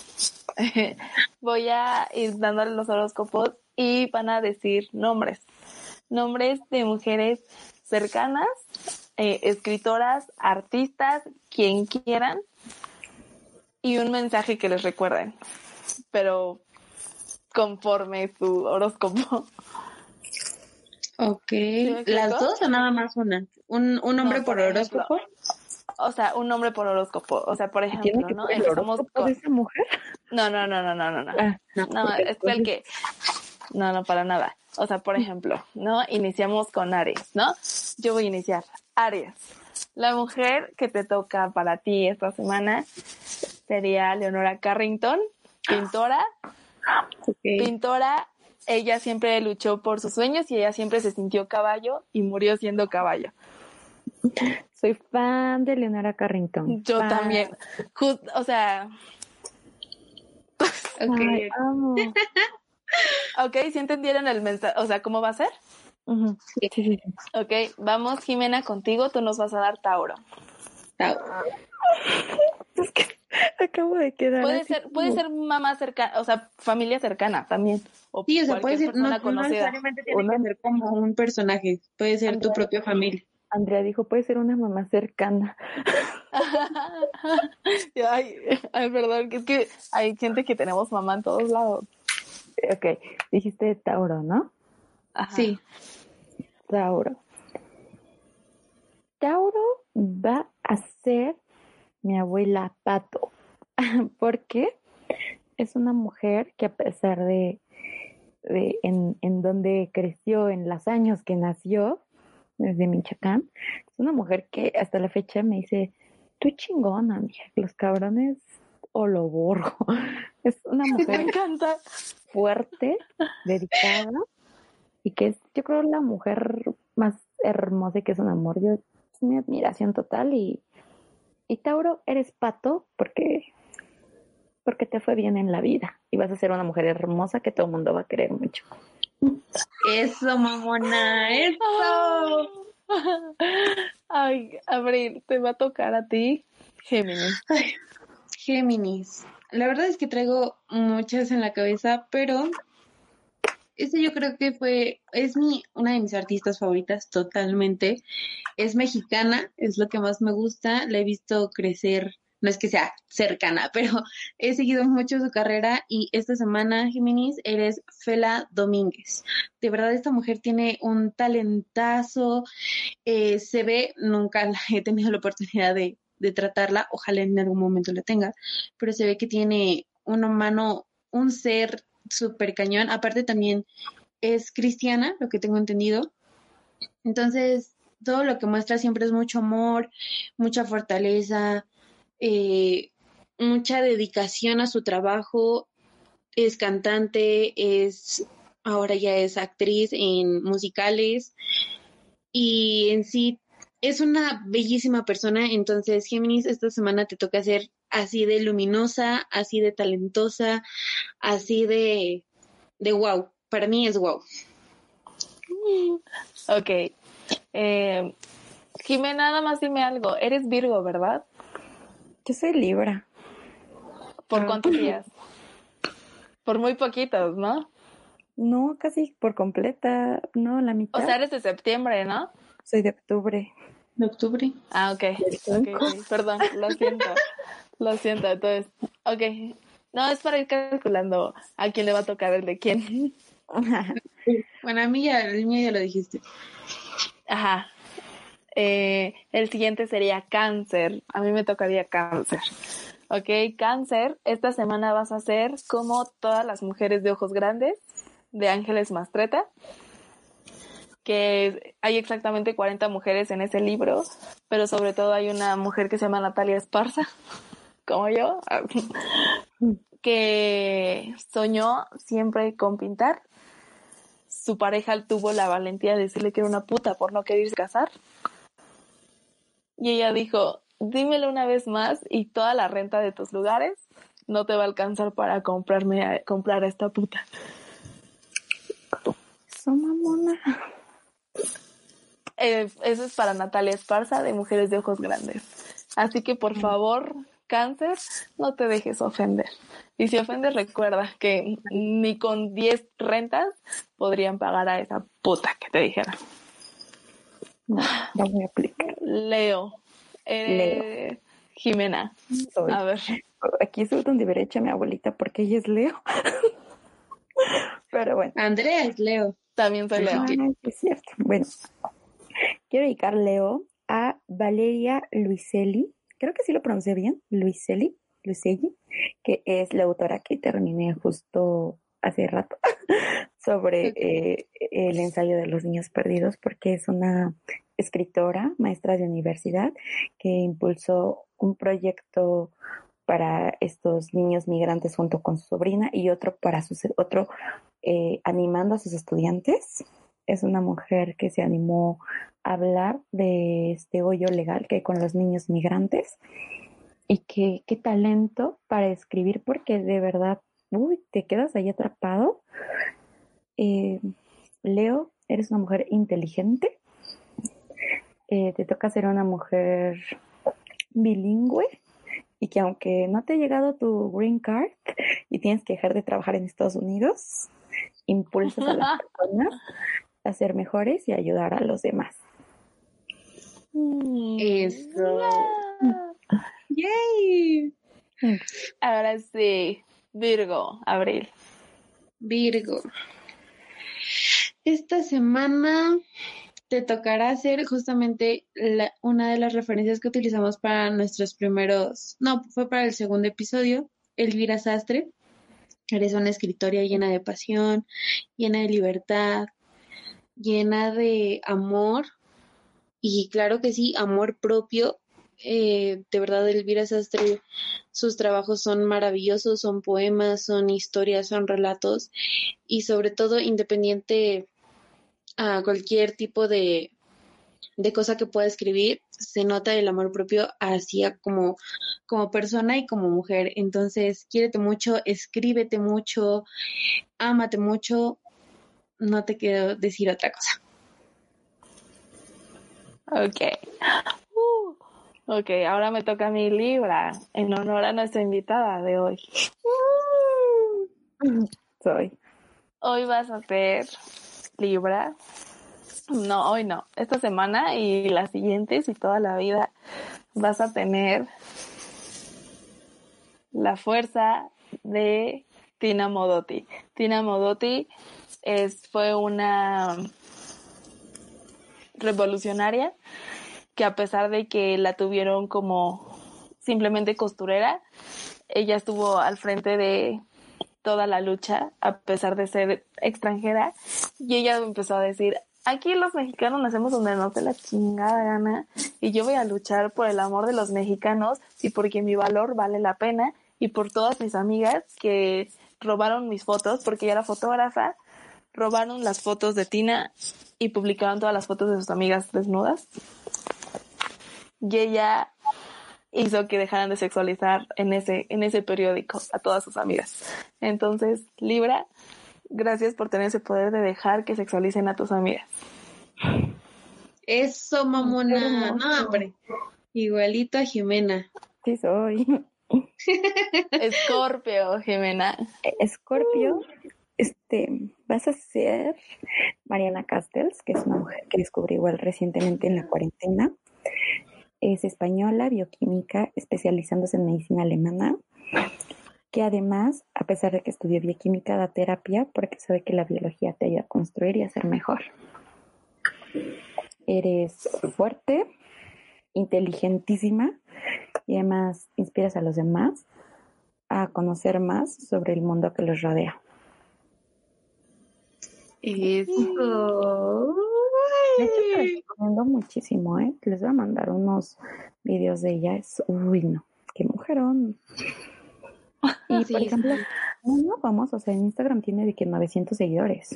voy a ir dándole los horóscopos y van a decir nombres. Nombres de mujeres cercanas, eh, escritoras, artistas, quien quieran, y un mensaje que les recuerden, pero conforme su horóscopo. Ok, ¿las dos o nada más una? ¿Un, un nombre no, por, por horóscopo? Ejemplo, o sea, un nombre por horóscopo. O sea, por ejemplo, ¿no? ¿El horóscopo con... de esa mujer? No, no, no, no, no, no. No, ah, no, no es entonces... el que... No, no, para nada. O sea, por ejemplo, ¿no? Iniciamos con Aries, ¿no? Yo voy a iniciar. Aries. La mujer que te toca para ti esta semana sería Leonora Carrington, pintora. Okay. Pintora. Ella siempre luchó por sus sueños y ella siempre se sintió caballo y murió siendo caballo. Soy fan de Leonora Carrington. Yo fan. también. Just, o sea... Okay. Ay, amo. Ok, ¿sí entendieron el mensaje? O sea, ¿cómo va a ser? Uh-huh. Sí, sí, sí. Ok, vamos, Jimena, contigo. Tú nos vas a dar Tauro. Tauro. Es que acabo de quedar Puede así ser, como... puede ser mamá cercana, o sea, familia cercana también. O sí, o sea, puede ser, no, no necesariamente tiene una... que ser como un personaje. Puede ser Andrea, tu propia familia. Andrea dijo, puede ser una mamá cercana. ay, ay, perdón, que es que hay gente que tenemos mamá en todos lados. Ok, dijiste Tauro, ¿no? Ajá. Sí. Tauro. Tauro va a ser mi abuela Pato. ¿Por qué? Es una mujer que a pesar de, de en, en donde creció, en los años que nació, desde Michoacán, es una mujer que hasta la fecha me dice, tú chingona, mija, los cabrones o lo borro. Es una mujer me encanta. fuerte, dedicada, y que es, yo creo, la mujer más hermosa y que es un amor. Yo, es mi admiración total. Y, y Tauro, eres Pato porque, porque te fue bien en la vida y vas a ser una mujer hermosa que todo el mundo va a querer mucho. Eso, mamona, eso. Ay, Abril, te va a tocar a ti, Géminis. Ay, Géminis. La verdad es que traigo muchas en la cabeza, pero este yo creo que fue, es mi, una de mis artistas favoritas totalmente. Es mexicana, es lo que más me gusta. La he visto crecer, no es que sea cercana, pero he seguido mucho su carrera y esta semana, Géminis, eres Fela Domínguez. De verdad, esta mujer tiene un talentazo, eh, se ve, nunca he tenido la oportunidad de, de tratarla, ojalá en algún momento la tenga, pero se ve que tiene una mano, un ser súper cañón. Aparte también es cristiana, lo que tengo entendido. Entonces, todo lo que muestra siempre es mucho amor, mucha fortaleza, eh, mucha dedicación a su trabajo. Es cantante, es ahora ya es actriz en musicales y en sí es una bellísima persona. Entonces, Géminis, esta semana te toca ser así de luminosa, así de talentosa, así de, de wow. Para mí es wow. Ok. Eh, Jimena, nada más dime algo. Eres Virgo, ¿verdad? Yo soy Libra. ¿Por cuántos días? Por muy poquitos, ¿no? No, casi por completa. No, la mitad. O sea, eres de septiembre, ¿no? Soy de octubre. ¿De octubre? Ah, ok. okay, okay. Perdón, lo siento. Lo siento, entonces. Ok. No, es para ir calculando a quién le va a tocar el de quién. Bueno, a mí ya, el mío ya lo dijiste. Ajá. Eh, el siguiente sería Cáncer. A mí me tocaría Cáncer. Ok, Cáncer, esta semana vas a ser como todas las mujeres de ojos grandes de Ángeles Mastretta, que hay exactamente cuarenta mujeres en ese libro, pero sobre todo hay una mujer que se llama Natalia Esparza, como yo, que soñó siempre con pintar. Su pareja tuvo la valentía de decirle que era una puta por no quererse casar. Y ella dijo, dímelo una vez más y toda la renta de tus lugares no te va a alcanzar para comprarme a, comprar a esta puta. Eso, mamona. Eh, eso es para Natalia Esparza, de Mujeres de Ojos Grandes. Así que, por favor, Cáncer, no te dejes ofender. Y si ofendes, recuerda que ni con diez rentas podrían pagar a esa puta que te dijera. No, la voy a aplicar. Leo. Eh, Leo. Jimena. Soy. A ver. Aquí es donde derecha mi abuelita porque ella es Leo. Pero bueno. Andrea es Leo. También soy Leo. Ah, es cierto. Bueno, quiero dedicar Leo a Valeria Luiselli. Creo que sí lo pronuncié bien. Luiselli. Luiselli, que es la autora que terminé justo hace rato sobre eh, el ensayo de los niños perdidos, porque es una escritora, maestra de universidad, que impulsó un proyecto para estos niños migrantes junto con su sobrina y otro para sus otro eh, animando a sus estudiantes. Es una mujer que se animó a hablar de este hoyo legal que hay con los niños migrantes. Y qué, qué talento para escribir, porque de verdad, uy, te quedas ahí atrapado. Eh, Leo, eres una mujer inteligente. Eh, te toca ser una mujer bilingüe y que aunque no te ha llegado tu green card y tienes que dejar de trabajar en Estados Unidos, impulsas a las personas a ser mejores y ayudar a los demás. Eso. ¡Yay! Ahora sí, Virgo, Abril. Virgo. Esta semana te tocará hacer justamente la, una de las referencias que utilizamos para nuestros primeros, no, fue para el segundo episodio, Elvira Sastre. Eres una escritora llena de pasión, llena de libertad, llena de amor y claro que sí, amor propio. Eh, de verdad, Elvira Sastre, sus trabajos son maravillosos, son poemas, son historias, son relatos y sobre todo independiente a cualquier tipo de, de cosa que pueda escribir, se nota el amor propio hacia como, como persona y como mujer. Entonces, quiérete mucho, escríbete mucho, ámate mucho, no te quiero decir otra cosa. Ok. Uh, ok, ahora me toca mi Libra, en honor a nuestra invitada de hoy. Uh, soy. Hoy vas a ser Libra. No, hoy no. Esta semana y las siguientes y toda la vida vas a tener la fuerza de Tina Modotti. Tina Modotti es, fue una revolucionaria que a pesar de que la tuvieron como simplemente costurera, ella estuvo al frente de toda la lucha a pesar de ser extranjera y ella empezó a decir, aquí los mexicanos nacemos donde nos dé la chingada gana y yo voy a luchar por el amor de los mexicanos y porque mi valor vale la pena y por todas mis amigas que robaron mis fotos porque ella era fotógrafa, robaron las fotos de Tina y publicaron todas las fotos de sus amigas desnudas y ella hizo que dejaran de sexualizar en ese, en ese periódico a todas sus amigas. Entonces, Libra, gracias por tener ese poder de dejar que sexualicen a tus amigas. Eso, mamona. No, hombre. Igualito a Jimena. Sí, soy. Escorpio, Jimena. Escorpio, este, vas a ser Mariana Castells, que es una mujer que descubrí igual recientemente en la cuarentena. Es española, bioquímica, especializándose en medicina alemana, que además, a pesar de que estudió bioquímica, da terapia porque sabe que la biología te ayuda a construir y a ser mejor. eres fuerte, inteligentísima y además inspiras a los demás a conocer más sobre el mundo que los rodea. Eso. De hecho, te recomiendo muchísimo, ¿eh? Les voy a mandar unos videos de ella. Es, uy, no, qué mujerón. Y, Sí, por ejemplo, sí. uno famoso, o sea, en Instagram tiene de que novecientos seguidores.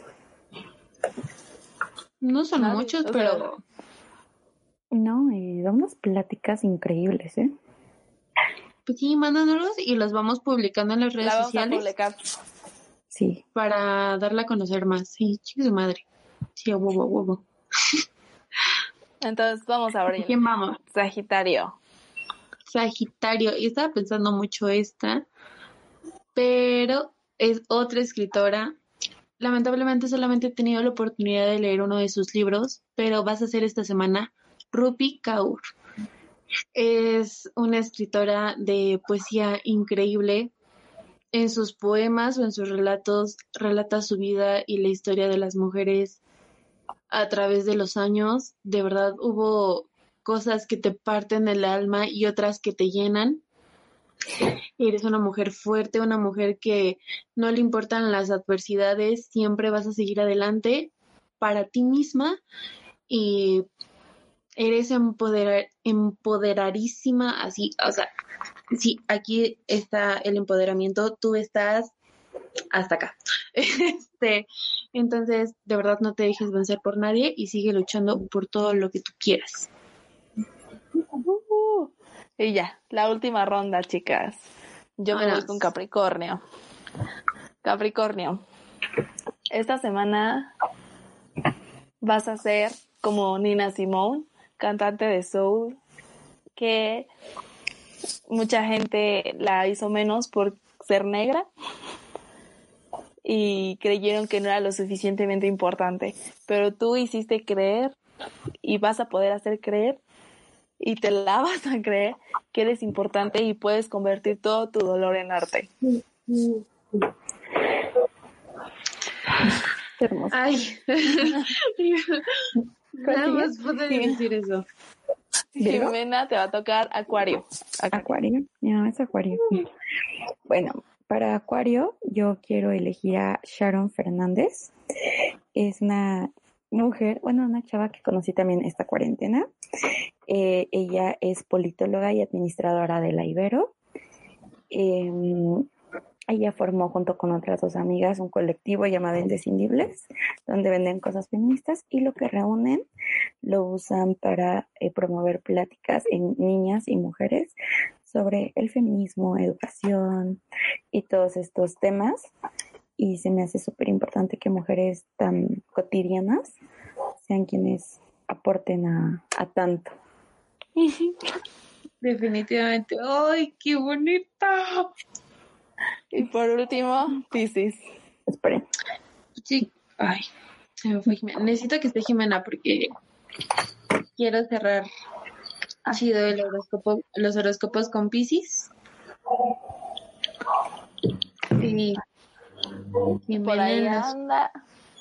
No son Nadie, muchos, o pero sea, No, y da unas pláticas increíbles, ¿eh? pues sí, mándanos y los vamos publicando en las redes la vamos a sociales publicar. Sí. para darla a conocer más. Sí, chica su madre. Sí, a huevo, a huevo. Entonces vamos a ¿A abrir. quién vamos? Sagitario. Sagitario. Y estaba pensando mucho esta, pero es otra escritora. Lamentablemente solamente he tenido la oportunidad de leer uno de sus libros, pero vas a hacer esta semana Rupi Kaur. Es una escritora de poesía increíble. En sus poemas o en sus relatos relata su vida y la historia de las mujeres a través de los años. De verdad hubo cosas que te parten el alma y otras que te llenan. Eres una mujer fuerte, una mujer que no le importan las adversidades, siempre vas a seguir adelante para ti misma y eres empoderar, empoderarísima, así, o sea, sí, aquí está el empoderamiento, tú estás hasta acá. Este, entonces, de verdad no te dejes vencer por nadie y sigue luchando por todo lo que tú quieras. Uh, y ya, la última ronda, chicas. Yo me voy con Capricornio. Capricornio. Esta semana vas a ser como Nina Simone, cantante de soul, que mucha gente la hizo menos por ser negra y creyeron que no era lo suficientemente importante, pero tú hiciste creer y vas a poder hacer creer y te la vas a creer que eres importante y puedes convertir todo tu dolor en arte. Qué hermoso. Ay, nada más pude decir eso. ¿Virgo? Jimena, te va a tocar Acuario. Acuario. No, es Acuario. Bueno, para Acuario yo quiero elegir a Sharon Fernández. Es una mujer, bueno, una chava que conocí también esta cuarentena. Eh, ella es politóloga y administradora de la Ibero. Eh, ella formó junto con otras dos amigas un colectivo llamado Indescindibles, donde venden cosas feministas y lo que reúnen lo usan para eh, promover pláticas en niñas y mujeres sobre el feminismo, educación y todos estos temas. Y se me hace súper importante que mujeres tan cotidianas sean quienes aporten a, a tanto. Definitivamente. ¡Ay, qué bonita! Y por último, Piscis. Esperen. Sí. Ay, se me fue Jimena. Necesito que esté Jimena porque quiero cerrar chido el horóscopo, los horóscopos con Piscis. Sí. Y por ahí Jimena, anda.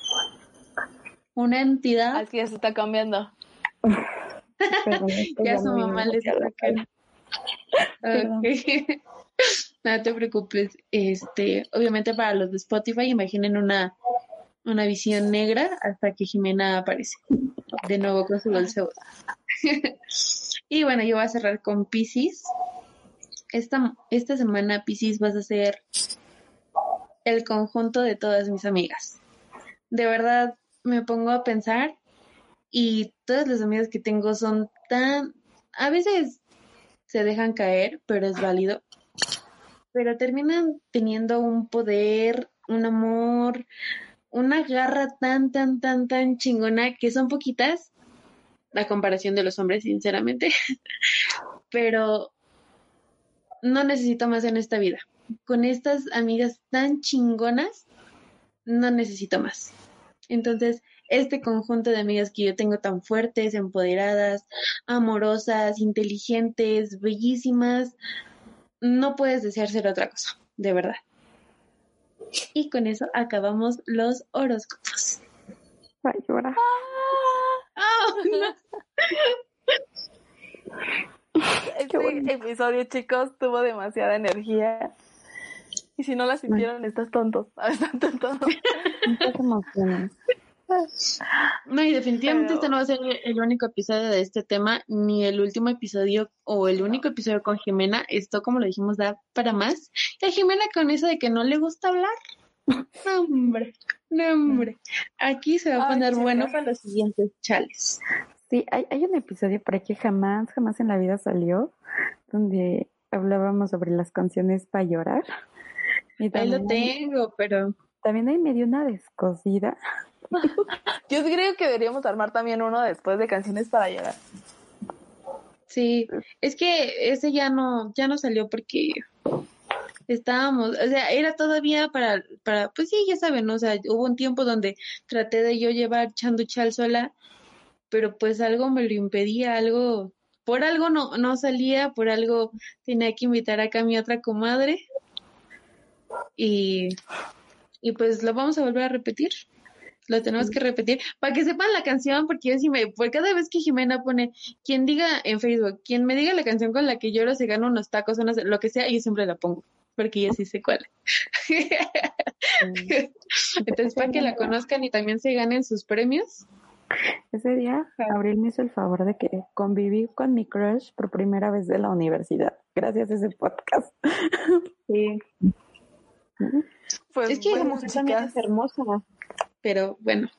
una entidad. Así ya se está cambiando. Perdón, esto Ya ya su me mamá vino le hacia la sacan. Perdón. Okay. No te preocupes. Este, obviamente para los de Spotify, imaginen una, una visión negra hasta que Jimena aparece de nuevo con su dulce voz. Y bueno, yo voy a cerrar con Piscis. Esta, esta semana, Piscis, vas a ser el conjunto de todas mis amigas. De verdad, me pongo a pensar y todas las amigas que tengo son tan... A veces se dejan caer, pero es válido. Pero terminan teniendo un poder, un amor, una garra tan, tan, tan, tan chingona que son poquitas, a comparación de los hombres, sinceramente. Pero no necesito más en esta vida. Con estas amigas tan chingonas, no necesito más. Entonces, este conjunto de amigas que yo tengo tan fuertes, empoderadas, amorosas, inteligentes, bellísimas, no puedes desear ser otra cosa, de verdad. Y con eso acabamos los horóscopos. Ay, llora. ¡Ah! no. Este episodio, chicos, tuvo demasiada energía. Y si no la sintieron, estás tontos. Están tontos. Muchas emociones. No, y definitivamente Pero... este no va a ser el único episodio de este tema, ni el último episodio o el único episodio con Jimena. Esto, como lo dijimos, da para más. Y a Jimena con eso de que no le gusta hablar. No, hombre, no, hombre. Aquí se va a poner Ay, bueno para los siguientes chales. Sí, hay, hay un episodio por aquí que jamás, jamás en la vida salió, donde hablábamos sobre las canciones para llorar. Y ahí lo tengo, pero... También ahí me dio una descosida. Yo creo que deberíamos armar también uno después de canciones para llorar. Sí, es que ese ya no, ya no salió porque estábamos, o sea, era todavía para, para, pues sí, ya saben, ¿no? O sea, hubo un tiempo donde traté de yo llevar Chanduchal sola, pero pues algo me lo impedía, algo, por algo no, no salía, por algo tenía que invitar acá a mi otra comadre y, y pues lo vamos a volver a repetir. Lo tenemos que repetir para que sepan la canción, porque yo sí me, por cada vez que Jimena pone, quien diga en Facebook, quien me diga la canción con la que lloro se gana unos tacos, unos, lo que sea, yo siempre la pongo, porque yo sí sé cuál. Entonces, para que la conozcan y también se ganen sus premios. Ese día, Abril me hizo el favor de que conviví con mi crush por primera vez de la universidad, gracias a ese podcast. Sí. Pues, es que bueno, la mujer también es hermosa. Pero bueno,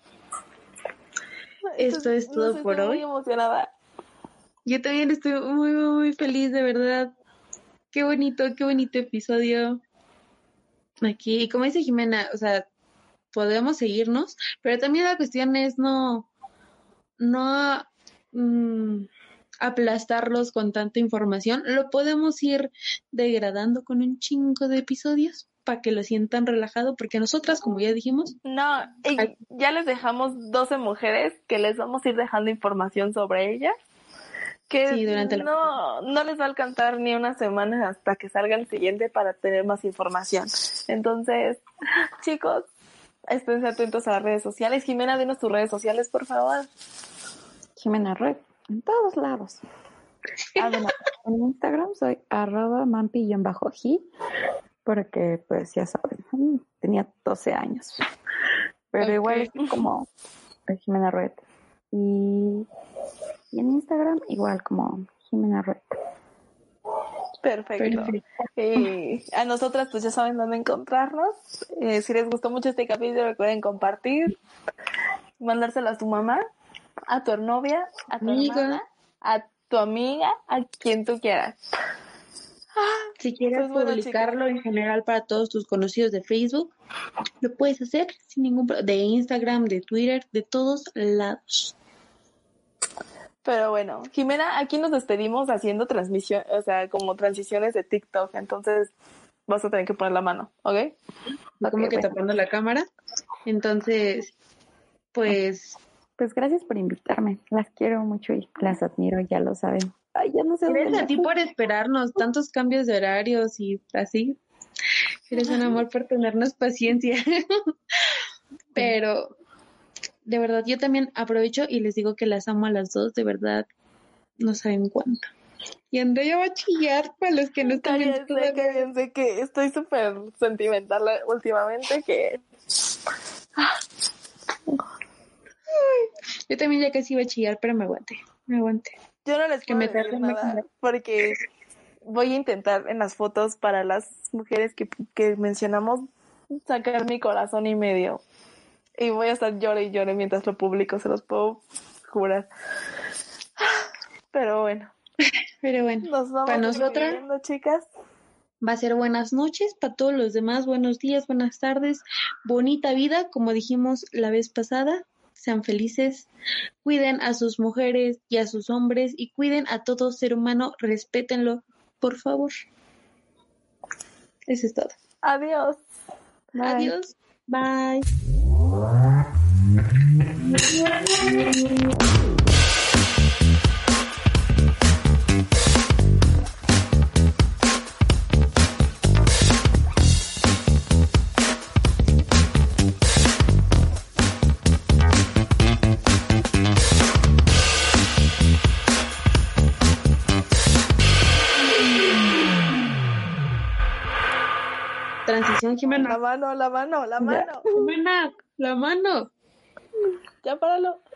esto es todo no sé, por estoy hoy. Muy emocionada. Yo también estoy muy, muy feliz, de verdad. Qué bonito, qué bonito episodio. Aquí, y como dice Jimena, o sea, podemos seguirnos, pero también la cuestión es no, no mmm, aplastarlos con tanta información. Lo podemos ir degradando con un chingo de episodios para que lo sientan relajado, porque nosotras, como ya dijimos... No, y ya les dejamos doce mujeres que les vamos a ir dejando información sobre ellas, que sí, durante no, la... no les va a alcanzar ni una semana hasta que salga el siguiente para tener más información. Entonces, chicos, estén atentos a las redes sociales. Jimena, dinos tus redes sociales, por favor. Jimena Red, en todos lados. Ah, bueno, en Instagram soy arroba mampi-ji. Porque, pues, ya saben, tenía doce años. Pero okay. Igual es como Jimena Red. Y, y en Instagram, igual como Jimena Red. Perfecto. Perfecto. Y a nosotras, pues, ya saben dónde encontrarnos. Eh, si les gustó mucho este capítulo, recuerden compartir, mandárselo a tu mamá, a tu novia, a tu amiga, hermana, a tu amiga, a quien tú quieras. Si quieres pues bueno, publicarlo chicas. En general para todos tus conocidos de Facebook, lo puedes hacer sin ningún problema, de Instagram, de Twitter, de todos lados. Pero bueno, Jimena, aquí nos despedimos haciendo transmisión, o sea, como transiciones de TikTok, entonces vas a tener que poner la mano, ¿ok? Como okay, que bueno. Tapando la cámara. Entonces, pues... Pues gracias por invitarme, las quiero mucho y las admiro, ya lo saben. Ay, ya no sé Gracias a ti por esperarnos tantos cambios de horarios y así. Eres un amor por tenernos paciencia. Pero de verdad yo también aprovecho y les digo que las amo a las dos, de verdad no saben cuánto. Y Andrea va a chillar para los que no están viendo. Cállense, cállense, que estoy súper sentimental últimamente, que... Yo también ya casi iba a chillar, pero me aguanté, me aguanté. Yo no les puedo decir nada porque voy a intentar en las fotos para las mujeres que, que mencionamos sacar mi corazón y medio. Y voy a estar llore y llore mientras lo publico, se los puedo jurar. Pero bueno. Pero bueno, nos vamos para nosotras, chicas. Va a ser buenas noches, para todos los demás, buenos días, buenas tardes, bonita vida, como dijimos la vez pasada. Sean felices, cuiden a sus mujeres y a sus hombres y cuiden a todo ser humano, respétenlo, por favor. Eso es todo. Adiós. Bye. Adiós. Bye. transición, Jimena. La mano, la mano, la mano. Jimena, la mano. Ya páralo.